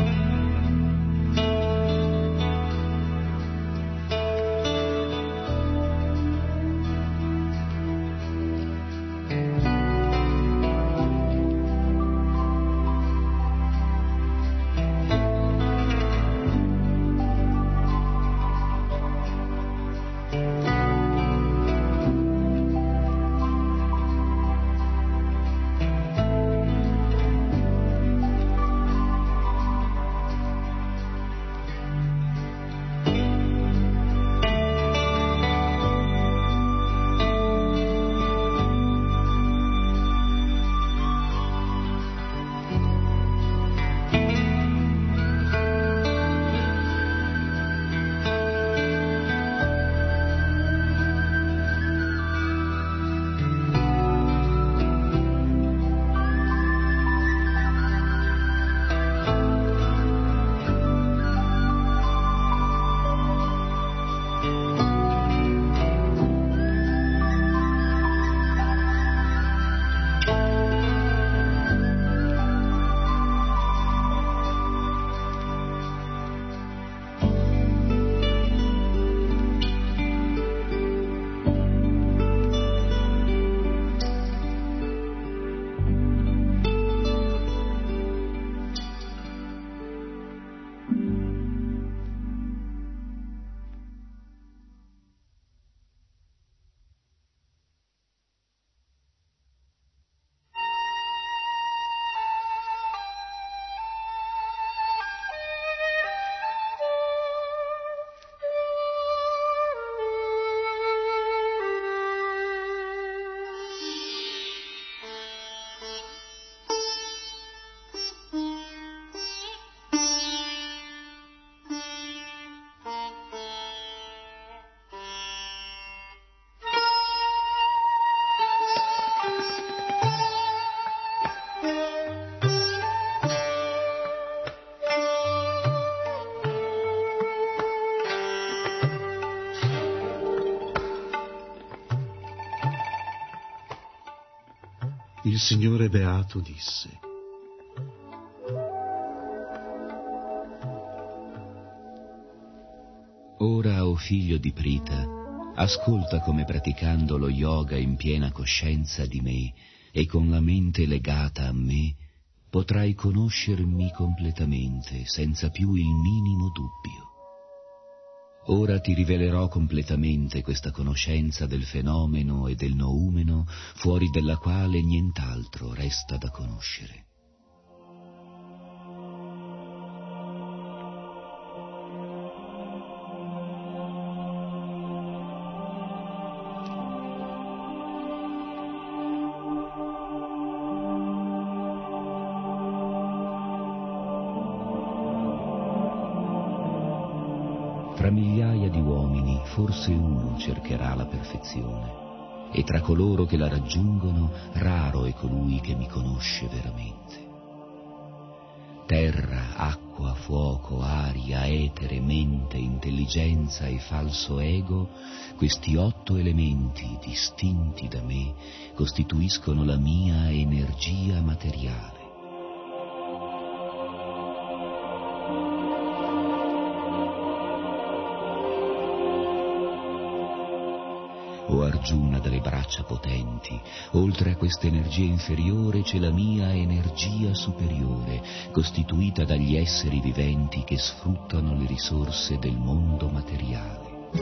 Il Signore Beato disse: Ora, o figlio di Prita, ascolta come praticando lo yoga in piena coscienza di me e con la mente legata a me, potrai conoscermi completamente, senza più il minimo dubbio. Ora ti rivelerò completamente questa conoscenza del fenomeno e del noumeno, fuori della quale nient'altro resta da conoscere. Tra migliaia di uomini forse uno cercherà la perfezione, e tra coloro che la raggiungono raro è colui che mi conosce veramente. Terra, acqua, fuoco, aria, etere, mente, intelligenza e falso ego, questi 8 elementi distinti da me costituiscono la mia energia materiale. O Arjuna dalle braccia potenti, oltre a questa energia inferiore c'è la mia energia superiore, costituita dagli esseri viventi che sfruttano le risorse del mondo materiale.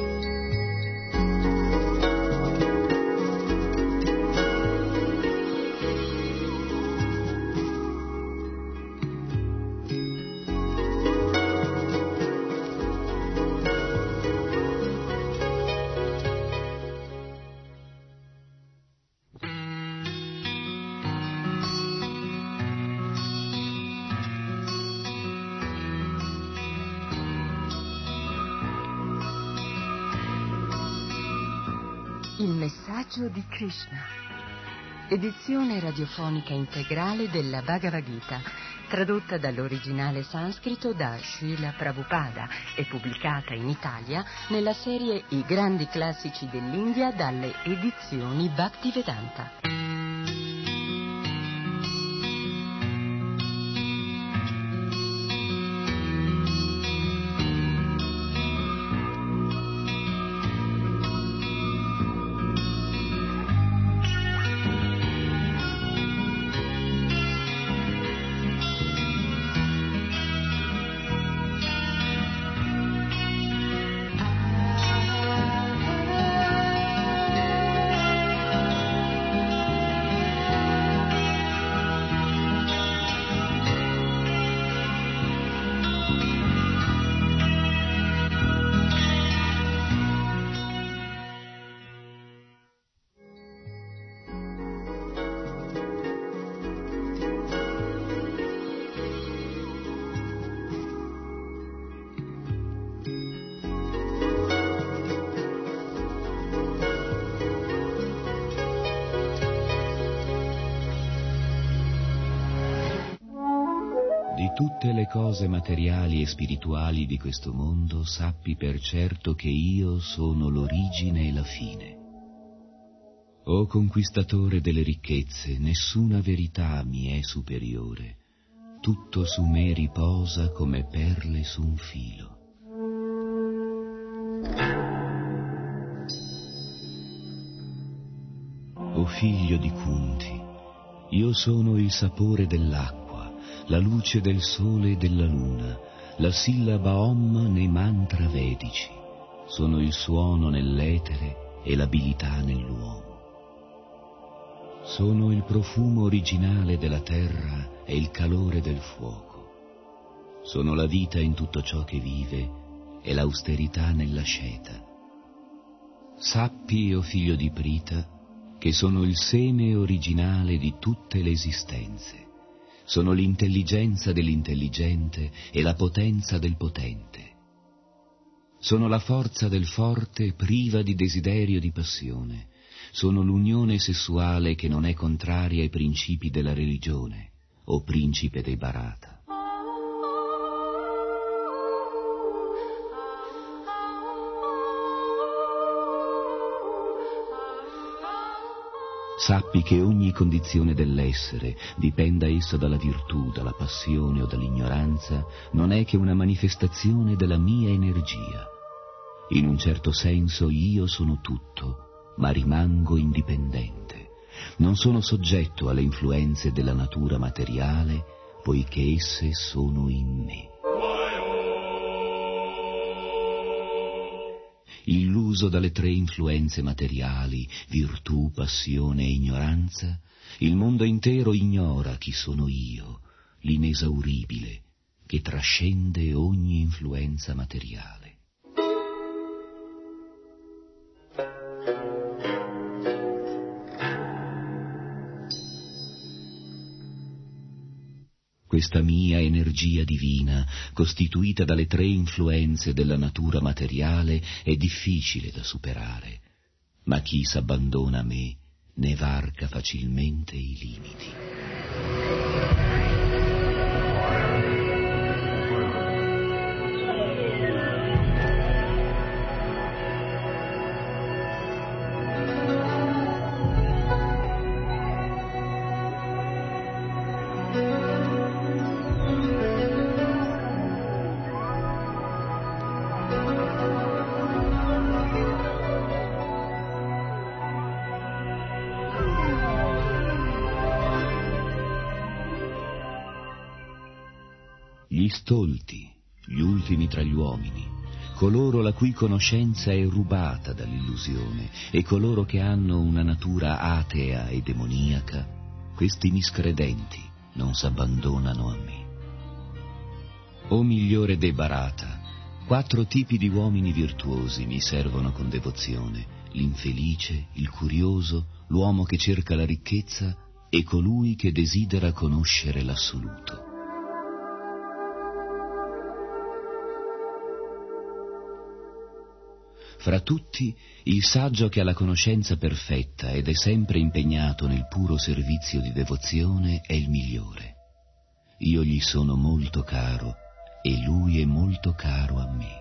Il messaggio di Krishna. Edizione radiofonica integrale della Bhagavad Gita, tradotta dall'originale sanscrito da Srila Prabhupada e pubblicata in Italia nella serie I grandi classici dell'India dalle edizioni Bhaktivedanta. Di tutte le cose materiali e spirituali di questo mondo sappi per certo che io sono l'origine e la fine. O conquistatore delle ricchezze, nessuna verità mi è superiore. Tutto su me riposa come perle su un filo. O figlio di Kunti, io sono il sapore dell'acqua, la luce del sole e della luna, la sillaba Om nei mantra vedici, sono il suono nell'etere e l'abilità nell'uomo. Sono il profumo originale della terra e il calore del fuoco. Sono la vita in tutto ciò che vive e l'austerità nell'asceta. Sappi, o figlio di Prita, che sono il seme originale di tutte le esistenze. Sono l'intelligenza dell'intelligente e la potenza del potente. Sono la forza del forte priva di desiderio e di passione. Sono l'unione sessuale che non è contraria ai principi della religione, o principe dei Bharata. Sappi che ogni condizione dell'essere, dipenda esso dalla virtù, dalla passione o dall'ignoranza, non è che una manifestazione della mia energia. In un certo senso io sono tutto, ma rimango indipendente. Non sono soggetto alle influenze della natura materiale, poiché esse sono in me. Illuso dalle 3 influenze materiali, virtù, passione e ignoranza, il mondo intero ignora chi sono io, l'inesauribile, che trascende ogni influenza materiale. questa mia energia divina, costituita dalle 3 influenze della natura materiale, è difficile da superare, ma chi s'abbandona a me ne varca facilmente i limiti. Gli stolti, gli ultimi tra gli uomini, coloro la cui conoscenza è rubata dall'illusione e coloro che hanno una natura atea e demoniaca, questi miscredenti non s'abbandonano a me. O migliore dei Bharata, 4 tipi di uomini virtuosi mi servono con devozione: l'infelice, il curioso, l'uomo che cerca la ricchezza e colui che desidera conoscere l'assoluto. Fra tutti, il saggio che ha la conoscenza perfetta ed è sempre impegnato nel puro servizio di devozione è il migliore. Io gli sono molto caro e lui è molto caro a me.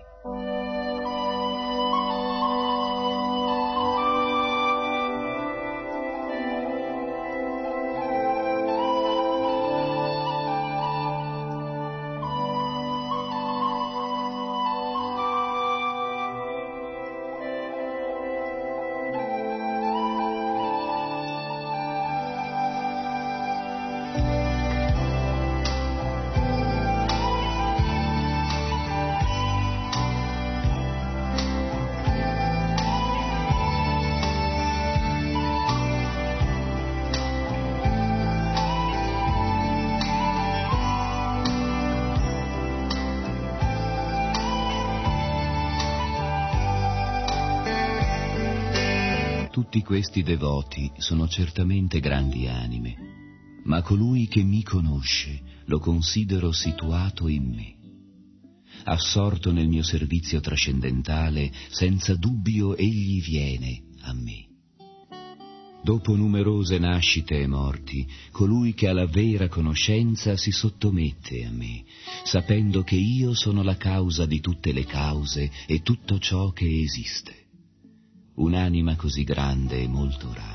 Tutti questi devoti sono certamente grandi anime, ma colui che mi conosce lo considero situato in me. Assorto nel mio servizio trascendentale, senza dubbio egli viene a me. Dopo numerose nascite e morti, colui che ha la vera conoscenza si sottomette a me, sapendo che io sono la causa di tutte le cause e tutto ciò che esiste. Un'anima così grande e molto rara.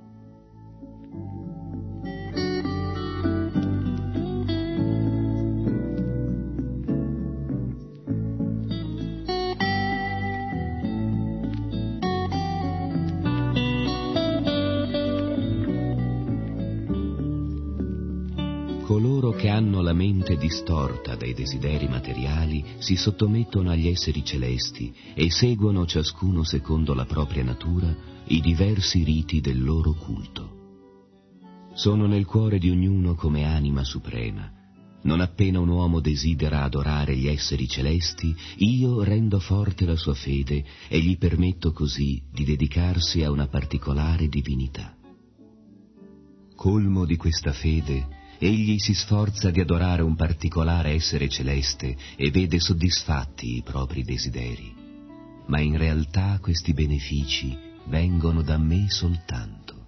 Coloro che hanno la mente distorta dai desideri materiali si sottomettono agli esseri celesti e seguono ciascuno secondo la propria natura i diversi riti del loro culto. Sono nel cuore di ognuno come anima suprema. Non appena un uomo desidera adorare gli esseri celesti, io rendo forte la sua fede e gli permetto così di dedicarsi a una particolare divinità. Colmo di questa fede, egli si sforza di adorare un particolare essere celeste e vede soddisfatti i propri desideri. Ma in realtà questi benefici vengono da me soltanto.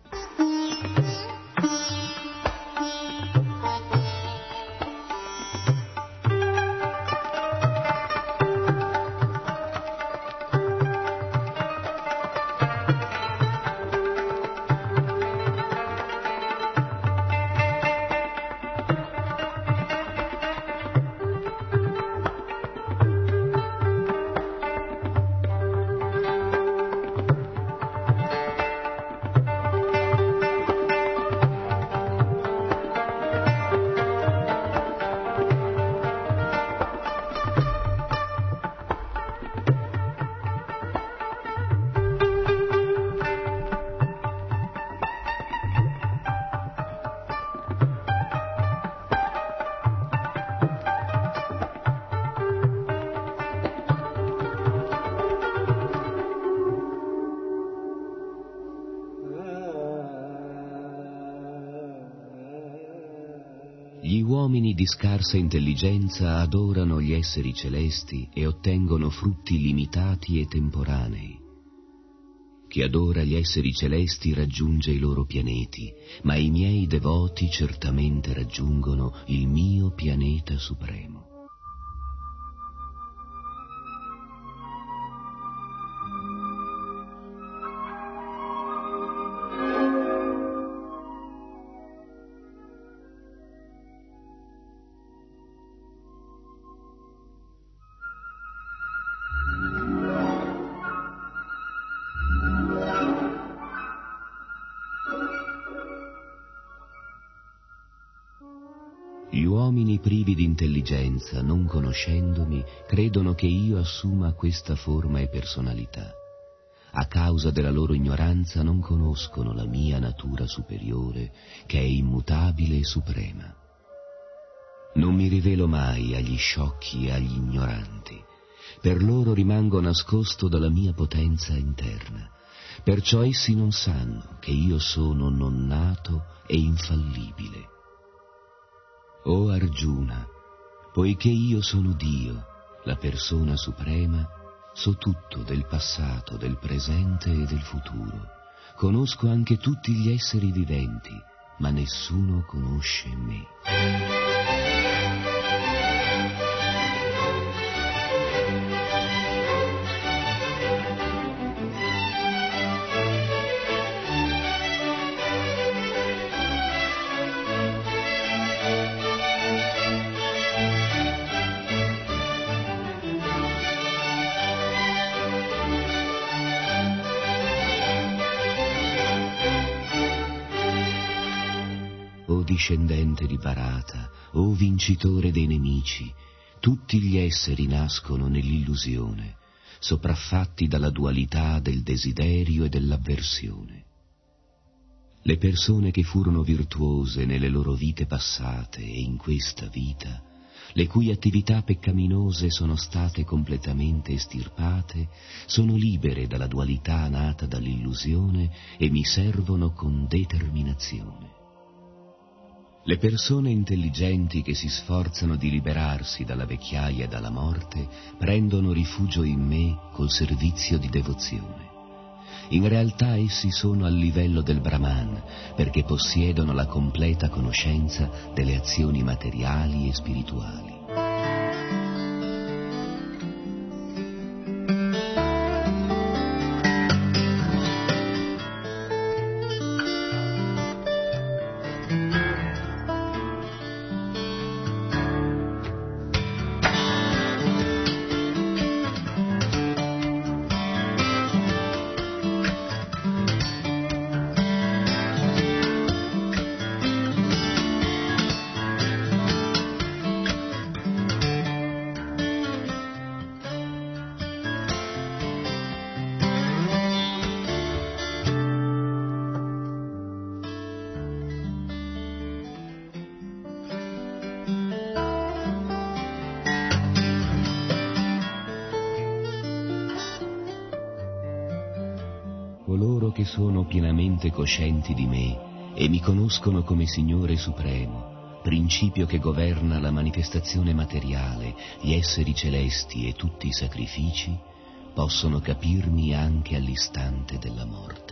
uomini di scarsa intelligenza adorano gli esseri celesti e ottengono frutti limitati e temporanei. Chi adora gli esseri celesti raggiunge i loro pianeti, ma i miei devoti certamente raggiungono il mio pianeta supremo. Gli uomini privi di intelligenza, non conoscendomi, credono che io assuma questa forma e personalità. A causa della loro ignoranza non conoscono la mia natura superiore, che è immutabile e suprema. Non mi rivelo mai agli sciocchi e agli ignoranti. Per loro rimango nascosto dalla mia potenza interna. Perciò essi non sanno che io sono non nato e infallibile. O Arjuna, poiché io sono Dio, la persona suprema, so tutto del passato, del presente e del futuro. Conosco anche tutti gli esseri viventi, ma nessuno conosce me. O discendente di Bharata, o vincitore dei nemici, tutti gli esseri nascono nell'illusione, sopraffatti dalla dualità del desiderio e dell'avversione. Le persone che furono virtuose nelle loro vite passate e in questa vita, le cui attività peccaminose sono state completamente estirpate, sono libere dalla dualità nata dall'illusione e mi servono con determinazione. Le persone intelligenti che si sforzano di liberarsi dalla vecchiaia e dalla morte prendono rifugio in me col servizio di devozione. In realtà essi sono al livello del Brahman perché possiedono la completa conoscenza delle azioni materiali e spirituali. Coloro che sono pienamente coscienti di me e mi conoscono come Signore Supremo, principio che governa la manifestazione materiale, gli esseri celesti e tutti i sacrifici, possono capirmi anche all'istante della morte.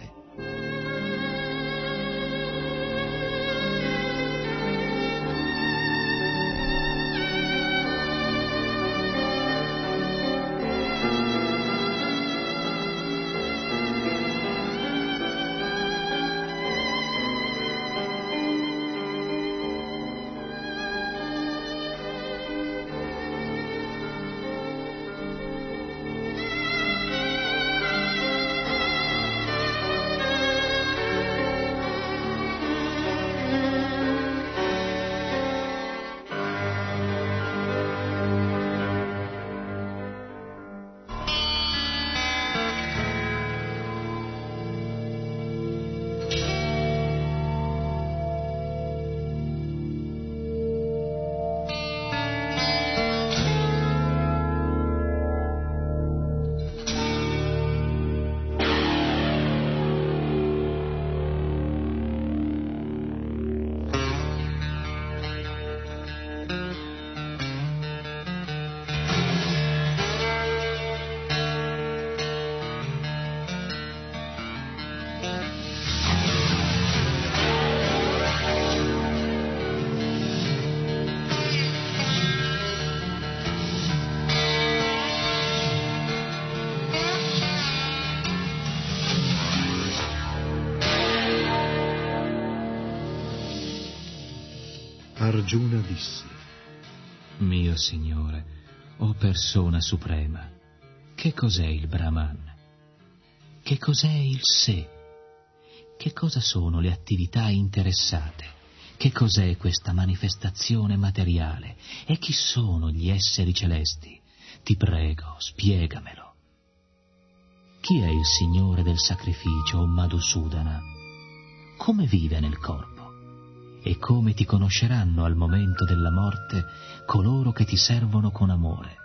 Arjuna disse: Mio Signore, o persona suprema, che cos'è il Brahman? Che cos'è il sé? Che cosa sono le attività interessate? Che cos'è questa manifestazione materiale? E chi sono gli esseri celesti? Ti prego, spiegamelo. Chi è il Signore del sacrificio, o Madhusudana? Come vive nel corpo? E come ti conosceranno al momento della morte coloro che ti servono con amore?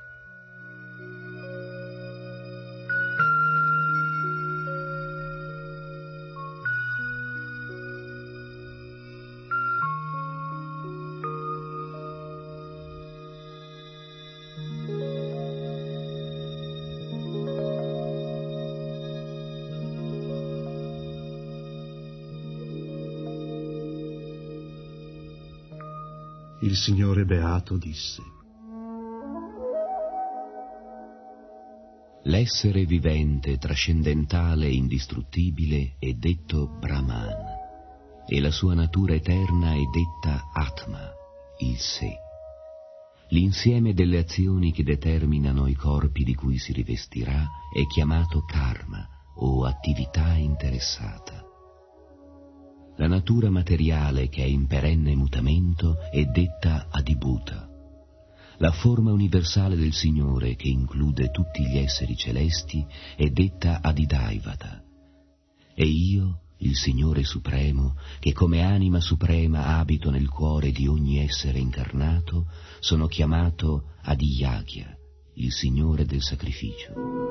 Il Signore Beato disse: L'essere vivente, trascendentale e indistruttibile è detto Brahman, e la sua natura eterna è detta Atma, il sé. L'insieme delle azioni che determinano i corpi di cui si rivestirà è chiamato karma o attività interessata. La natura materiale che è in perenne mutamento è detta Adibhuta. La forma universale del Signore che include tutti gli esseri celesti è detta Adidaivata. E io, il Signore Supremo, che come anima suprema abito nel cuore di ogni essere incarnato, sono chiamato Adiyagya, il Signore del sacrificio.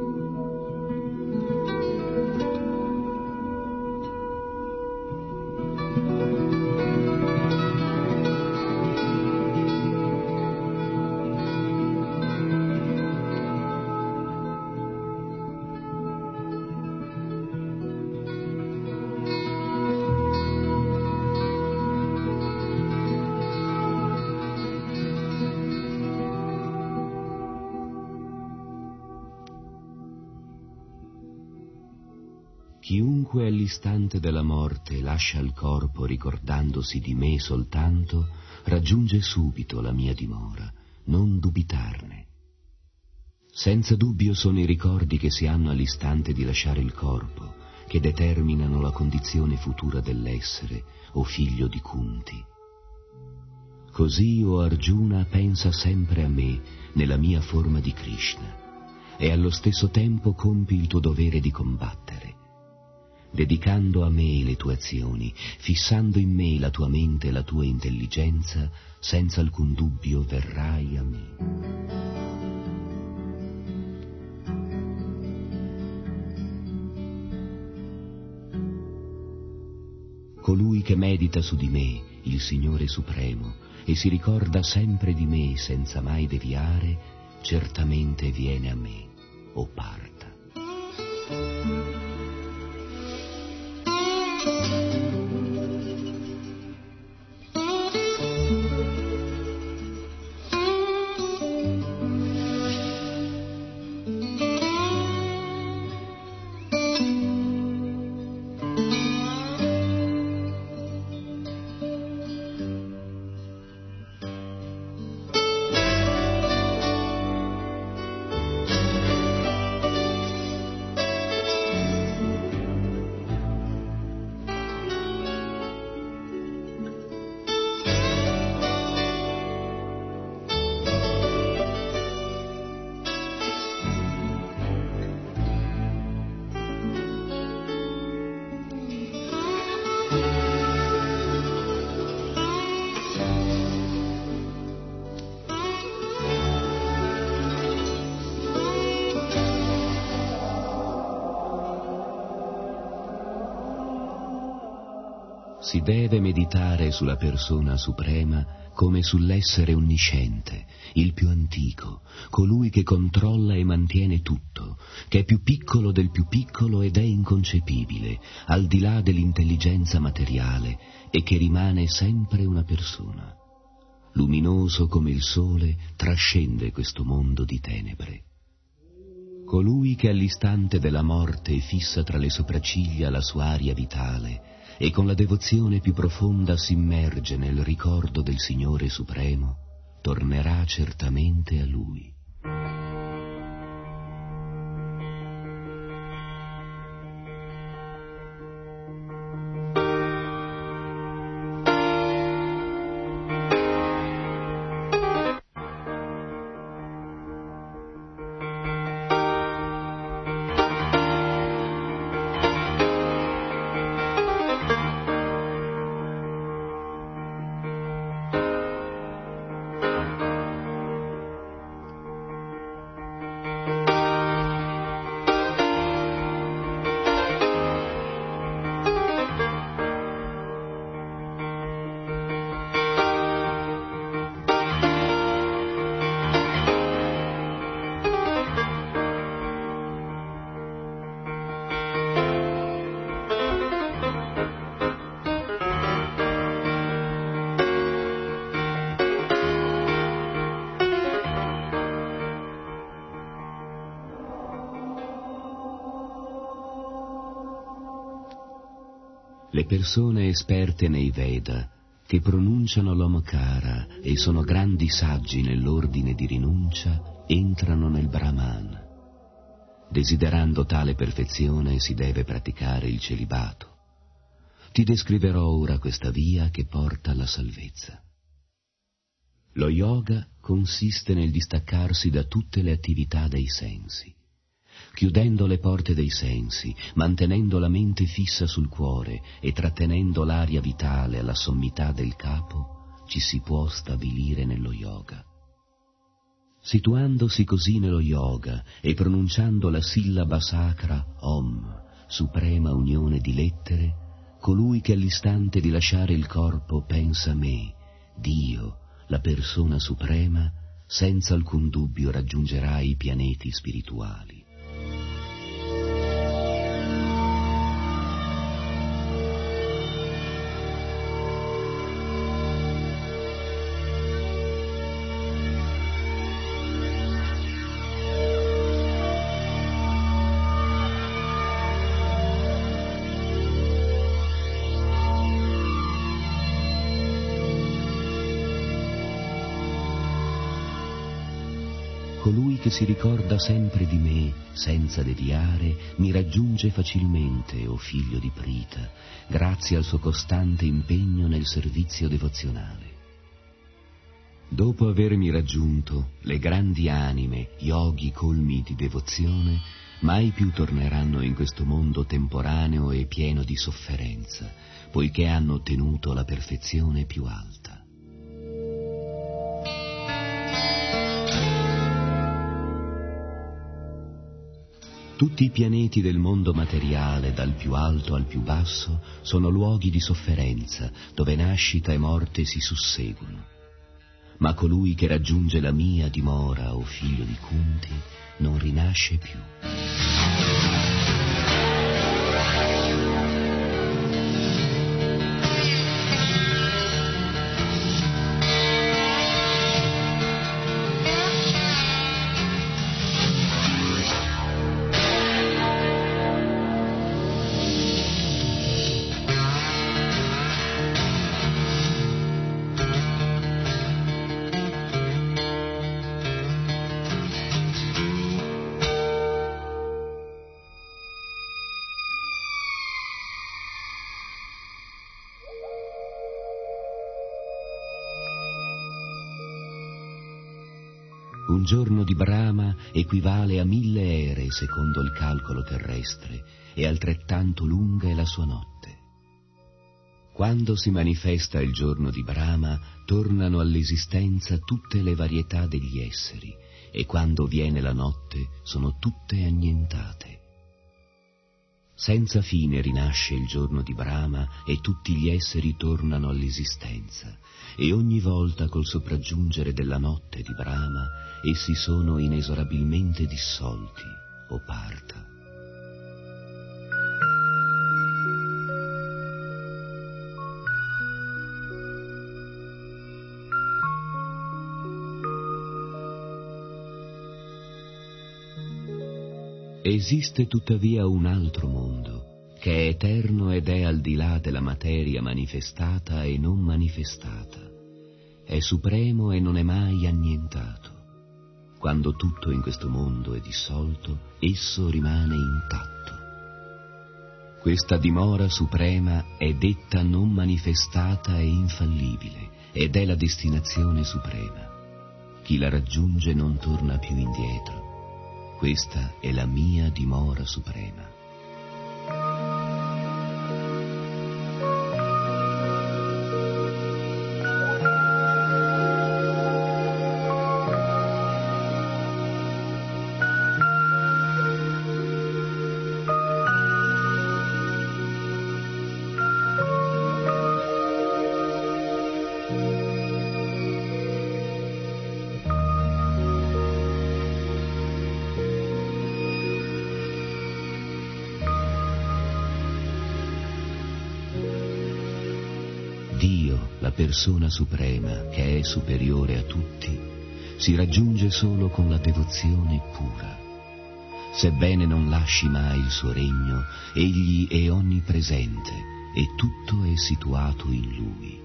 Chiunque all'istante della morte lascia il corpo ricordandosi di me soltanto, raggiunge subito la mia dimora, non dubitarne. Senza dubbio sono i ricordi che si hanno all'istante di lasciare il corpo, che determinano la condizione futura dell'essere, o figlio di Kunti. Così, o Arjuna, pensa sempre a me, nella mia forma di Krishna, e allo stesso tempo compi il tuo dovere di combattere. Dedicando a me le tue azioni, fissando in me la tua mente e la tua intelligenza, senza alcun dubbio verrai a me. Colui che medita su di me, il Signore Supremo, e si ricorda sempre di me senza mai deviare, certamente viene a me, o Partha. Si deve meditare sulla persona suprema come sull'essere onnisciente, il più antico, colui che controlla e mantiene tutto, che è più piccolo del più piccolo ed è inconcepibile, al di là dell'intelligenza materiale, e che rimane sempre una persona. Luminoso come il sole, trascende questo mondo di tenebre. Colui che all'istante della morte fissa tra le sopracciglia la sua aria vitale, e con la devozione più profonda s'immerge nel ricordo del Signore Supremo, tornerà certamente a Lui. Le persone esperte nei Veda, che pronunciano l'Omkara e sono grandi saggi nell'ordine di rinuncia, entrano nel Brahman. Desiderando tale perfezione si deve praticare il celibato. Ti descriverò ora questa via che porta alla salvezza. Lo yoga consiste nel distaccarsi da tutte le attività dei sensi. Chiudendo le porte dei sensi, mantenendo la mente fissa sul cuore e trattenendo l'aria vitale alla sommità del capo, ci si può stabilire nello yoga. Situandosi così nello yoga e pronunciando la sillaba sacra Om, suprema unione di lettere, colui che all'istante di lasciare il corpo pensa a me, Dio, la persona suprema, senza alcun dubbio raggiungerà i pianeti spirituali. Colui che si ricorda sempre di me, senza deviare, mi raggiunge facilmente, o figlio di Prita, grazie al suo costante impegno nel servizio devozionale. Dopo avermi raggiunto, le grandi anime, yogi colmi di devozione, mai più torneranno in questo mondo temporaneo e pieno di sofferenza, poiché hanno ottenuto la perfezione più alta. Tutti i pianeti del mondo materiale, dal più alto al più basso, sono luoghi di sofferenza, dove nascita e morte si susseguono. Ma colui che raggiunge la mia dimora, o figlio di Kunti, non rinasce più. Un giorno di Brahma equivale a 1000 ere secondo il calcolo terrestre e altrettanto lunga è la sua notte. Quando si manifesta il giorno di Brahma, tornano all'esistenza tutte le varietà degli esseri e quando viene la notte sono tutte annientate. Senza fine rinasce il giorno di Brahma e tutti gli esseri tornano all'esistenza e ogni volta col sopraggiungere della notte di Brahma essi sono inesorabilmente dissolti o parta. Esiste tuttavia un altro mondo che è eterno ed è al di là della materia manifestata e non manifestata, è supremo e non è mai annientato. Quando tutto in questo mondo è dissolto, esso rimane intatto. Questa dimora suprema è detta non manifestata e infallibile, ed è la destinazione suprema. Chi la raggiunge non torna più indietro. Questa è la mia dimora suprema. Persona suprema, che è superiore a tutti, si raggiunge solo con la devozione pura. Sebbene non lasci mai il suo regno, egli è onnipresente e tutto è situato in lui.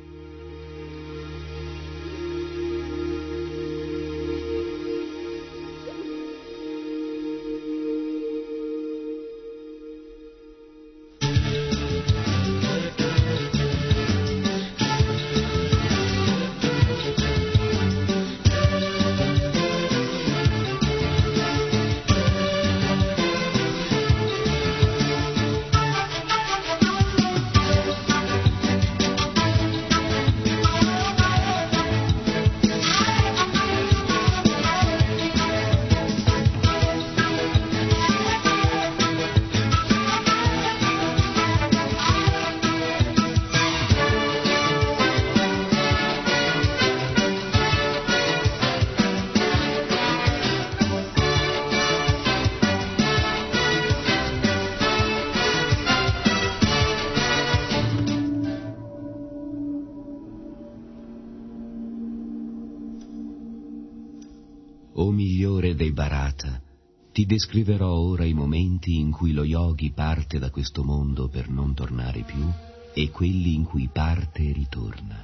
O migliore dei Bharata, ti descriverò ora i momenti in cui lo yogi parte da questo mondo per non tornare più e quelli in cui parte e ritorna.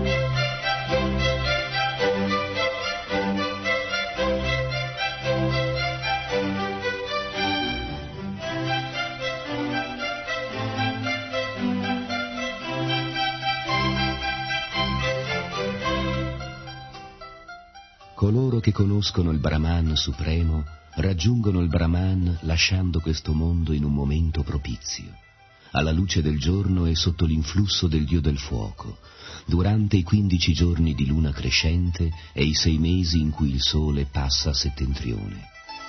Coloro che conoscono il Brahman supremo raggiungono il Brahman lasciando questo mondo in un momento propizio, alla luce del giorno e sotto l'influsso del dio del fuoco, durante i 15 giorni di luna crescente e i 6 mesi in cui il sole passa a settentrione.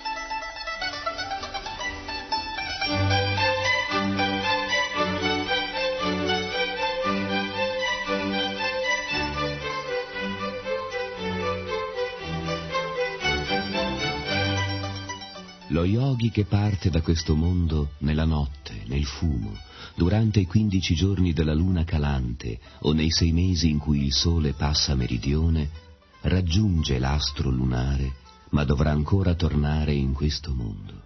Lo yogi che parte da questo mondo nella notte, nel fumo, durante i 15 giorni della luna calante o nei 6 mesi in cui il sole passa a meridione, raggiunge l'astro lunare, ma dovrà ancora tornare in questo mondo.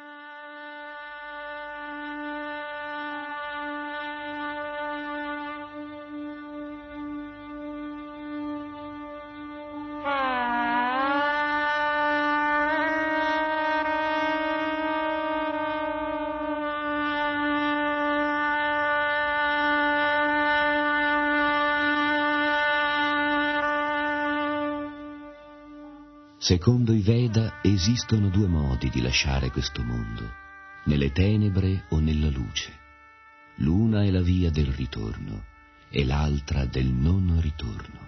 Secondo i Veda esistono 2 modi di lasciare questo mondo, nelle tenebre o nella luce. L'una è la via del ritorno e l'altra del non ritorno.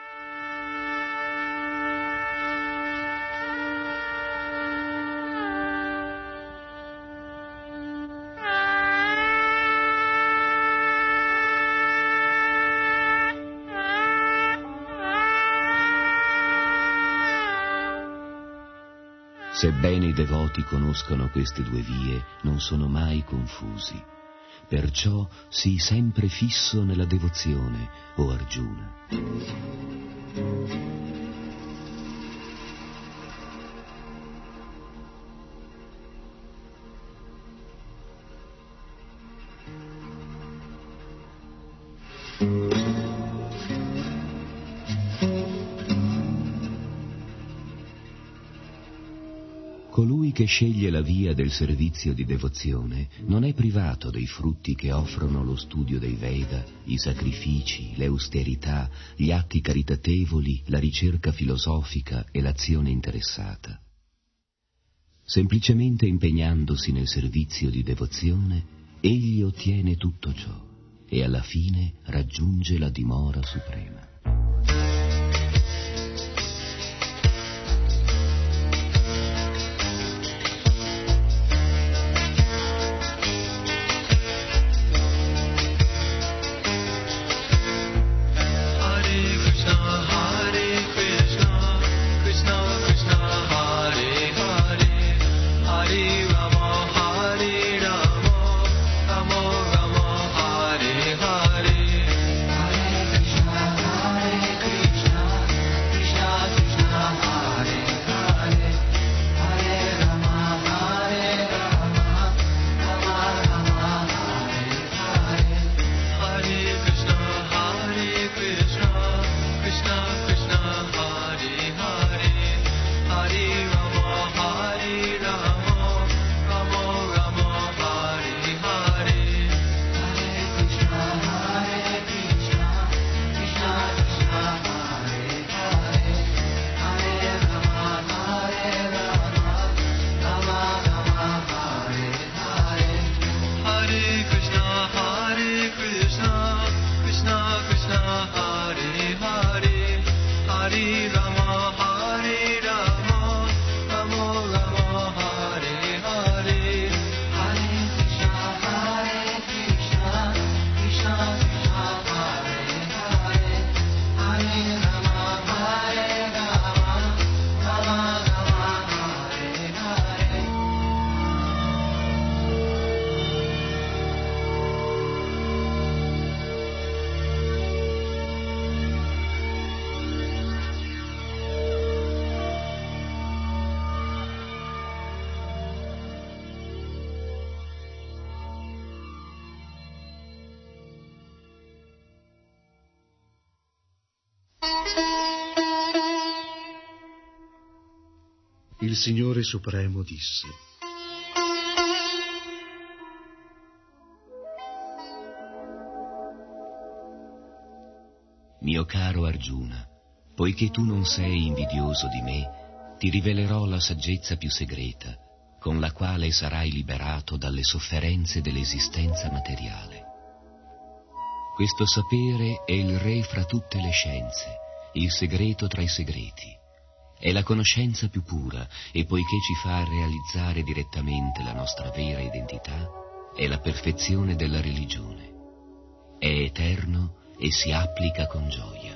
Sebbene i devoti conoscono queste 2 vie, non sono mai confusi. Perciò sii sempre fisso nella devozione, o Arjuna. Colui che sceglie la via del servizio di devozione non è privato dei frutti che offrono lo studio dei Veda, i sacrifici, le austerità, gli atti caritatevoli, la ricerca filosofica e l'azione interessata. Semplicemente impegnandosi nel servizio di devozione, egli ottiene tutto ciò e alla fine raggiunge la dimora suprema. Il Signore Supremo disse: Mio caro Arjuna, poiché tu non sei invidioso di me, ti rivelerò la saggezza più segreta, con la quale sarai liberato dalle sofferenze dell'esistenza materiale. Questo sapere è il re fra tutte le scienze, il segreto tra i segreti. È la conoscenza più pura e poiché ci fa realizzare direttamente la nostra vera identità, è la perfezione della religione. È eterno e si applica con gioia.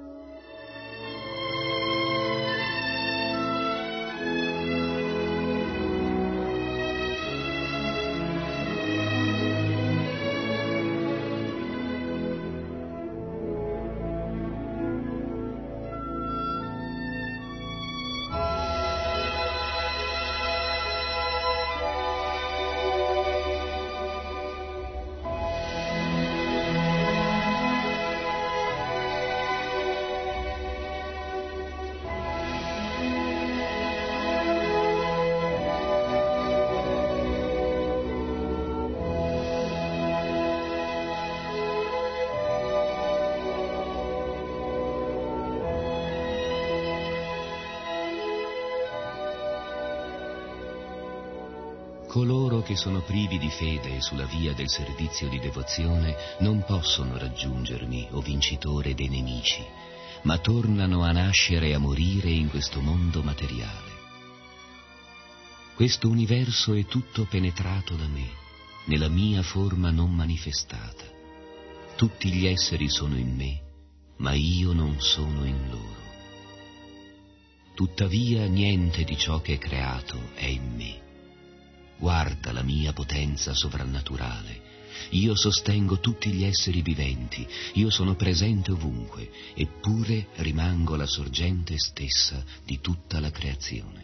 Coloro che sono privi di fede sulla via del servizio di devozione non possono raggiungermi, o vincitore dei nemici, ma tornano a nascere e a morire in questo mondo materiale. Questo universo è tutto penetrato da me, nella mia forma non manifestata. Tutti gli esseri sono in me, ma io non sono in loro. Tuttavia niente di ciò che è creato è in me. Guarda la mia potenza sovrannaturale. Io sostengo tutti gli esseri viventi, io sono presente ovunque, eppure rimango la sorgente stessa di tutta la creazione.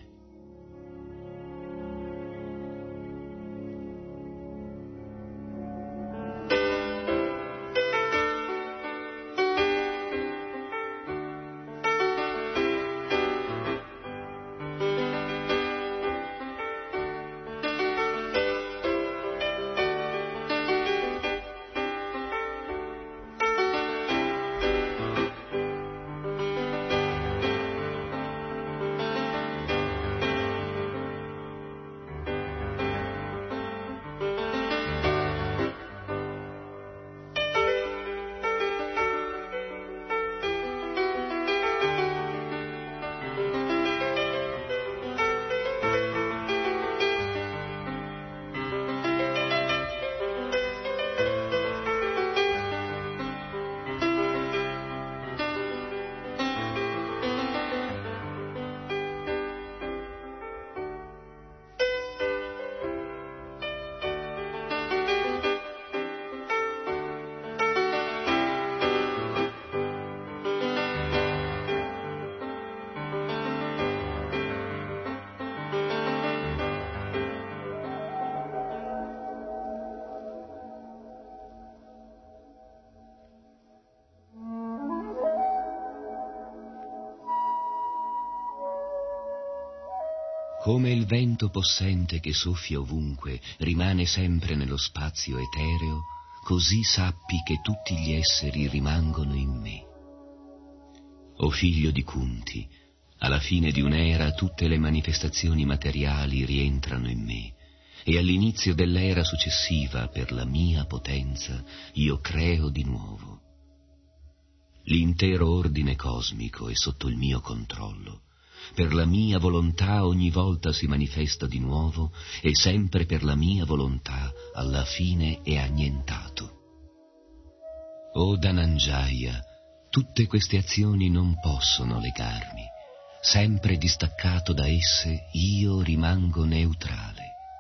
Come il vento possente che soffia ovunque rimane sempre nello spazio etereo, così sappi che tutti gli esseri rimangono in me. O figlio di Kunti, alla fine di un'era tutte le manifestazioni materiali rientrano in me, e all'inizio dell'era successiva, per la mia potenza, io creo di nuovo. L'intero ordine cosmico è sotto il mio controllo. Per la mia volontà ogni volta si manifesta di nuovo e sempre per la mia volontà alla fine è annientato. O Dhananjaya, tutte queste azioni non possono legarmi. Sempre distaccato da esse, io rimango neutrale.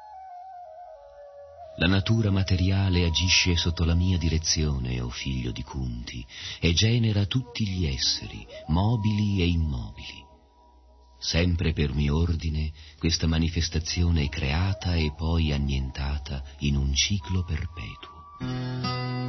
La natura materiale agisce sotto la mia direzione, o figlio di Kunti, e genera tutti gli esseri, mobili e immobili. Sempre per mio ordine, questa manifestazione è creata e poi annientata in un ciclo perpetuo.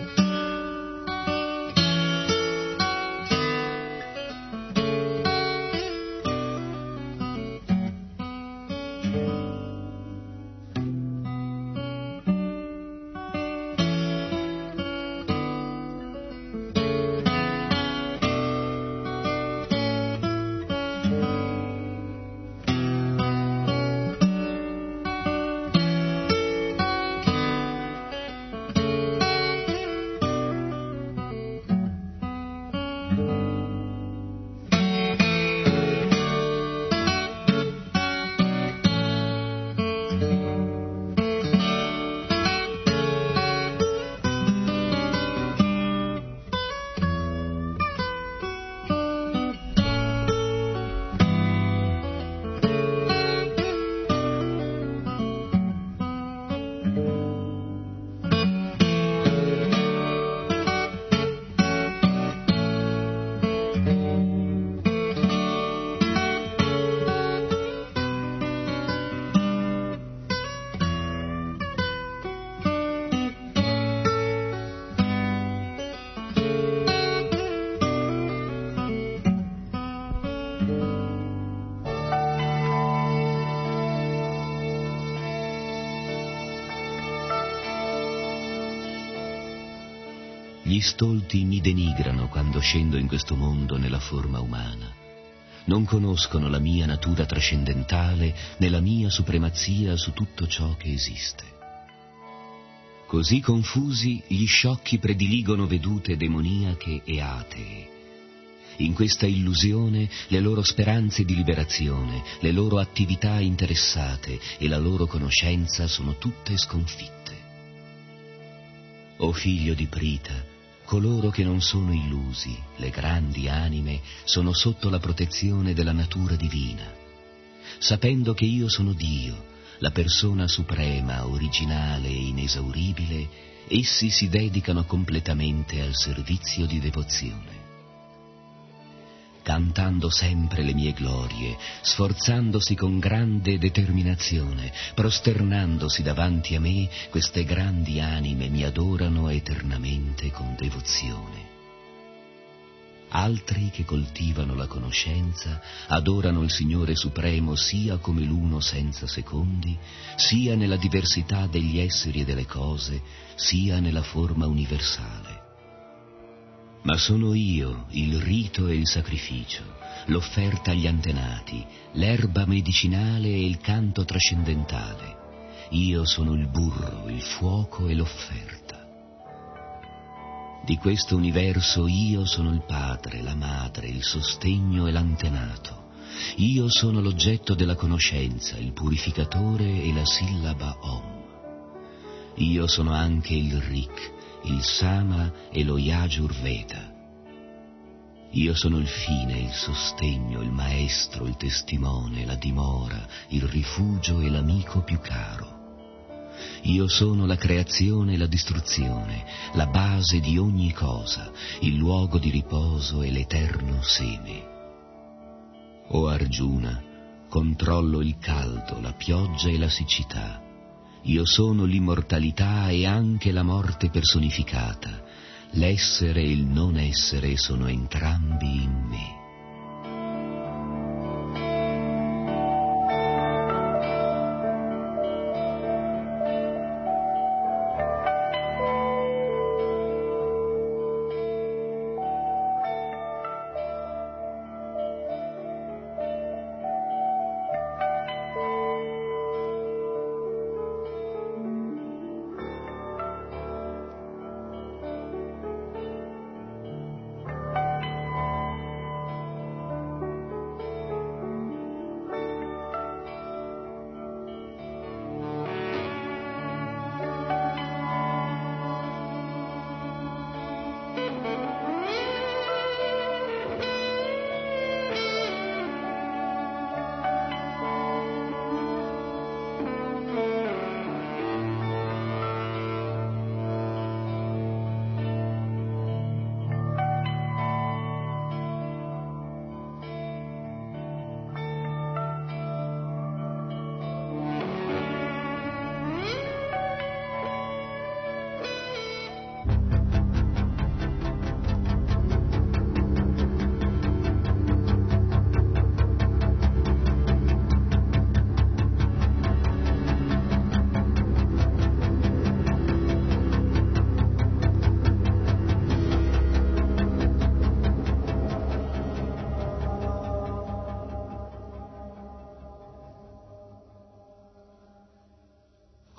Gli stolti mi denigrano quando scendo in questo mondo nella forma umana. Non conoscono la mia natura trascendentale né la mia supremazia su tutto ciò che esiste. Così confusi, gli sciocchi prediligono vedute demoniache e atee. In questa illusione le loro speranze di liberazione, le loro attività interessate e la loro conoscenza sono tutte sconfitte. O figlio di Prita, coloro che non sono illusi, le grandi anime, sono sotto la protezione della natura divina. Sapendo che io sono Dio, la persona suprema, originale e inesauribile, essi si dedicano completamente al servizio di devozione. Cantando sempre le mie glorie, sforzandosi con grande determinazione, prosternandosi davanti a me, queste grandi anime mi adorano eternamente con devozione. Altri che coltivano la conoscenza adorano il Signore Supremo sia come l'uno senza secondi, sia nella diversità degli esseri e delle cose, sia nella forma universale. Ma sono io il rito e il sacrificio, l'offerta agli antenati, l'erba medicinale e il canto trascendentale. Io sono il burro, il fuoco e l'offerta. Di questo universo io sono il padre, la madre, il sostegno e l'antenato. Io sono l'oggetto della conoscenza, il purificatore e la sillaba Om. Io sono anche il Rik, il Sama e lo Yajurveda. Io sono il fine, il sostegno, il maestro, il testimone, la dimora, il rifugio e l'amico più caro. Io sono la creazione e la distruzione, la base di ogni cosa, il luogo di riposo e l'eterno seme. O Arjuna, controllo il caldo, la pioggia e la siccità. Io sono l'immortalità e anche la morte personificata. L'essere e il non essere sono entrambi in me.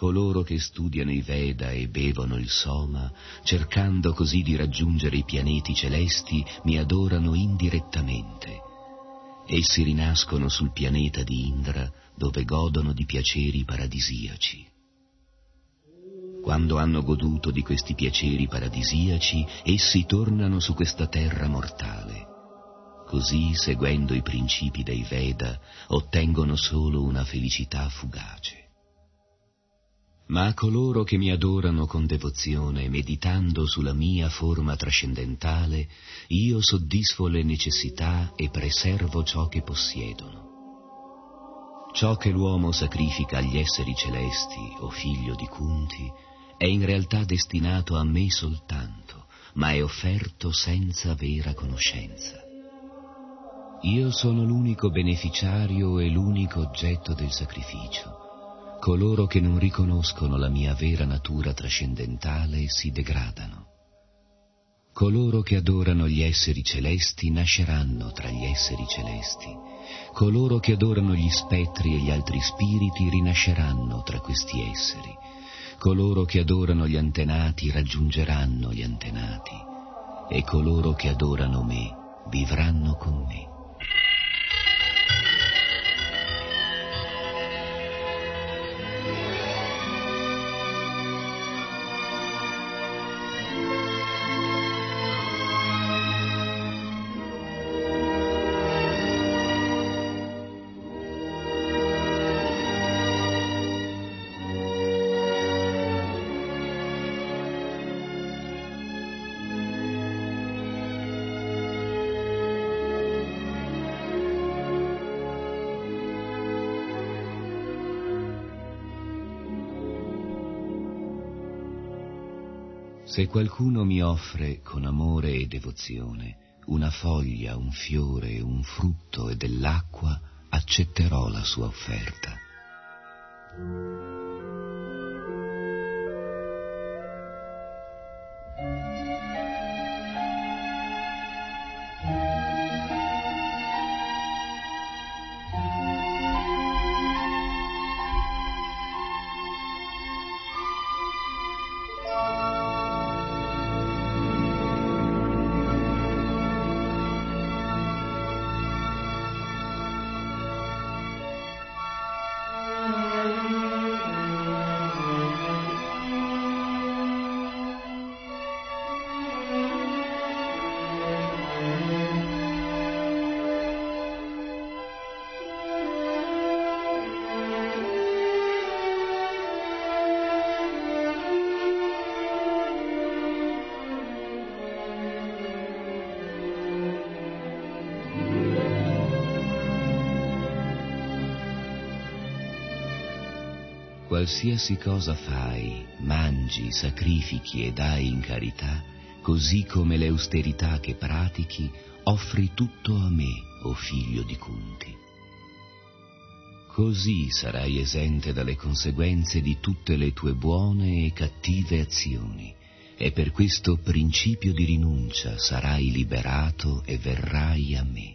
Coloro che studiano i Veda e bevono il Soma, cercando così di raggiungere i pianeti celesti, mi adorano indirettamente. Essi rinascono sul pianeta di Indra, dove godono di piaceri paradisiaci. Quando hanno goduto di questi piaceri paradisiaci, essi tornano su questa terra mortale. Così, seguendo i principi dei Veda, ottengono solo una felicità fugace. Ma a coloro che mi adorano con devozione, meditando sulla mia forma trascendentale, io soddisfo le necessità e preservo ciò che possiedono. Ciò che l'uomo sacrifica agli esseri celesti, o figlio di Kunti, è in realtà destinato a me soltanto, ma è offerto senza vera conoscenza. Io sono l'unico beneficiario e l'unico oggetto del sacrificio. Coloro che non riconoscono la mia vera natura trascendentale si degradano. Coloro che adorano gli esseri celesti nasceranno tra gli esseri celesti. Coloro che adorano gli spettri e gli altri spiriti rinasceranno tra questi esseri. Coloro che adorano gli antenati raggiungeranno gli antenati. E coloro che adorano me vivranno con me. Se qualcuno mi offre con amore e devozione una foglia, un fiore, un frutto e dell'acqua, accetterò la sua offerta. Qualsiasi cosa fai, mangi, sacrifichi e dai in carità, così come le austerità che pratichi, offri tutto a me, o figlio di Kunti. Così sarai esente dalle conseguenze di tutte le tue buone e cattive azioni, e per questo principio di rinuncia sarai liberato e verrai a me.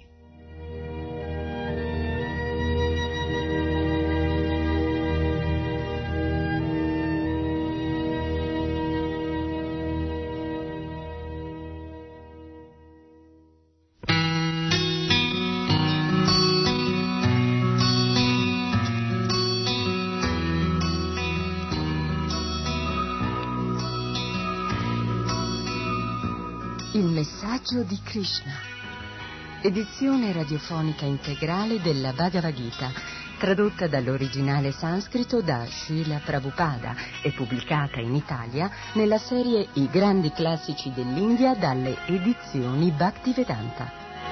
Il messaggio di Krishna. Edizione radiofonica integrale della Bhagavad Gita, tradotta dall'originale sanscrito da Srila Prabhupada e pubblicata in Italia nella serie I grandi classici dell'India dalle edizioni Bhaktivedanta.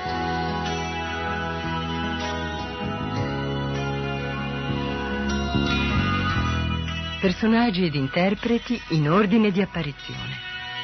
Personaggi ed interpreti in ordine di apparizione.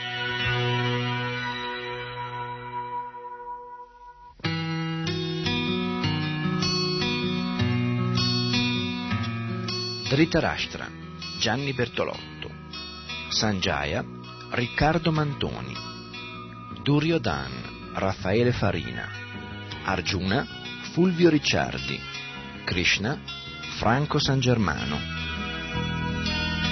Dhritarashtra, Gianni Bertolotto. Sanjaya, Riccardo Mantoni. Duryodhan, Raffaele Farina. Arjuna, Fulvio Ricciardi. Krishna, Franco San Germano.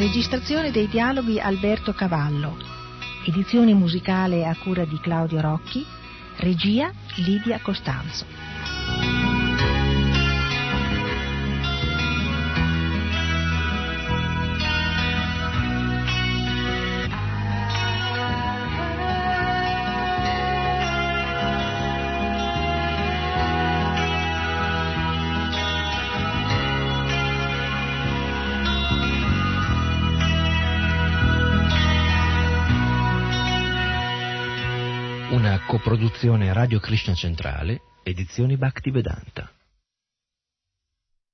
Registrazione dei dialoghi Alberto Cavallo. Edizione musicale a cura di Claudio Rocchi. Regia Lidia Costanzo. Una coproduzione Radio Krishna Centrale, edizioni Bhaktivedanta.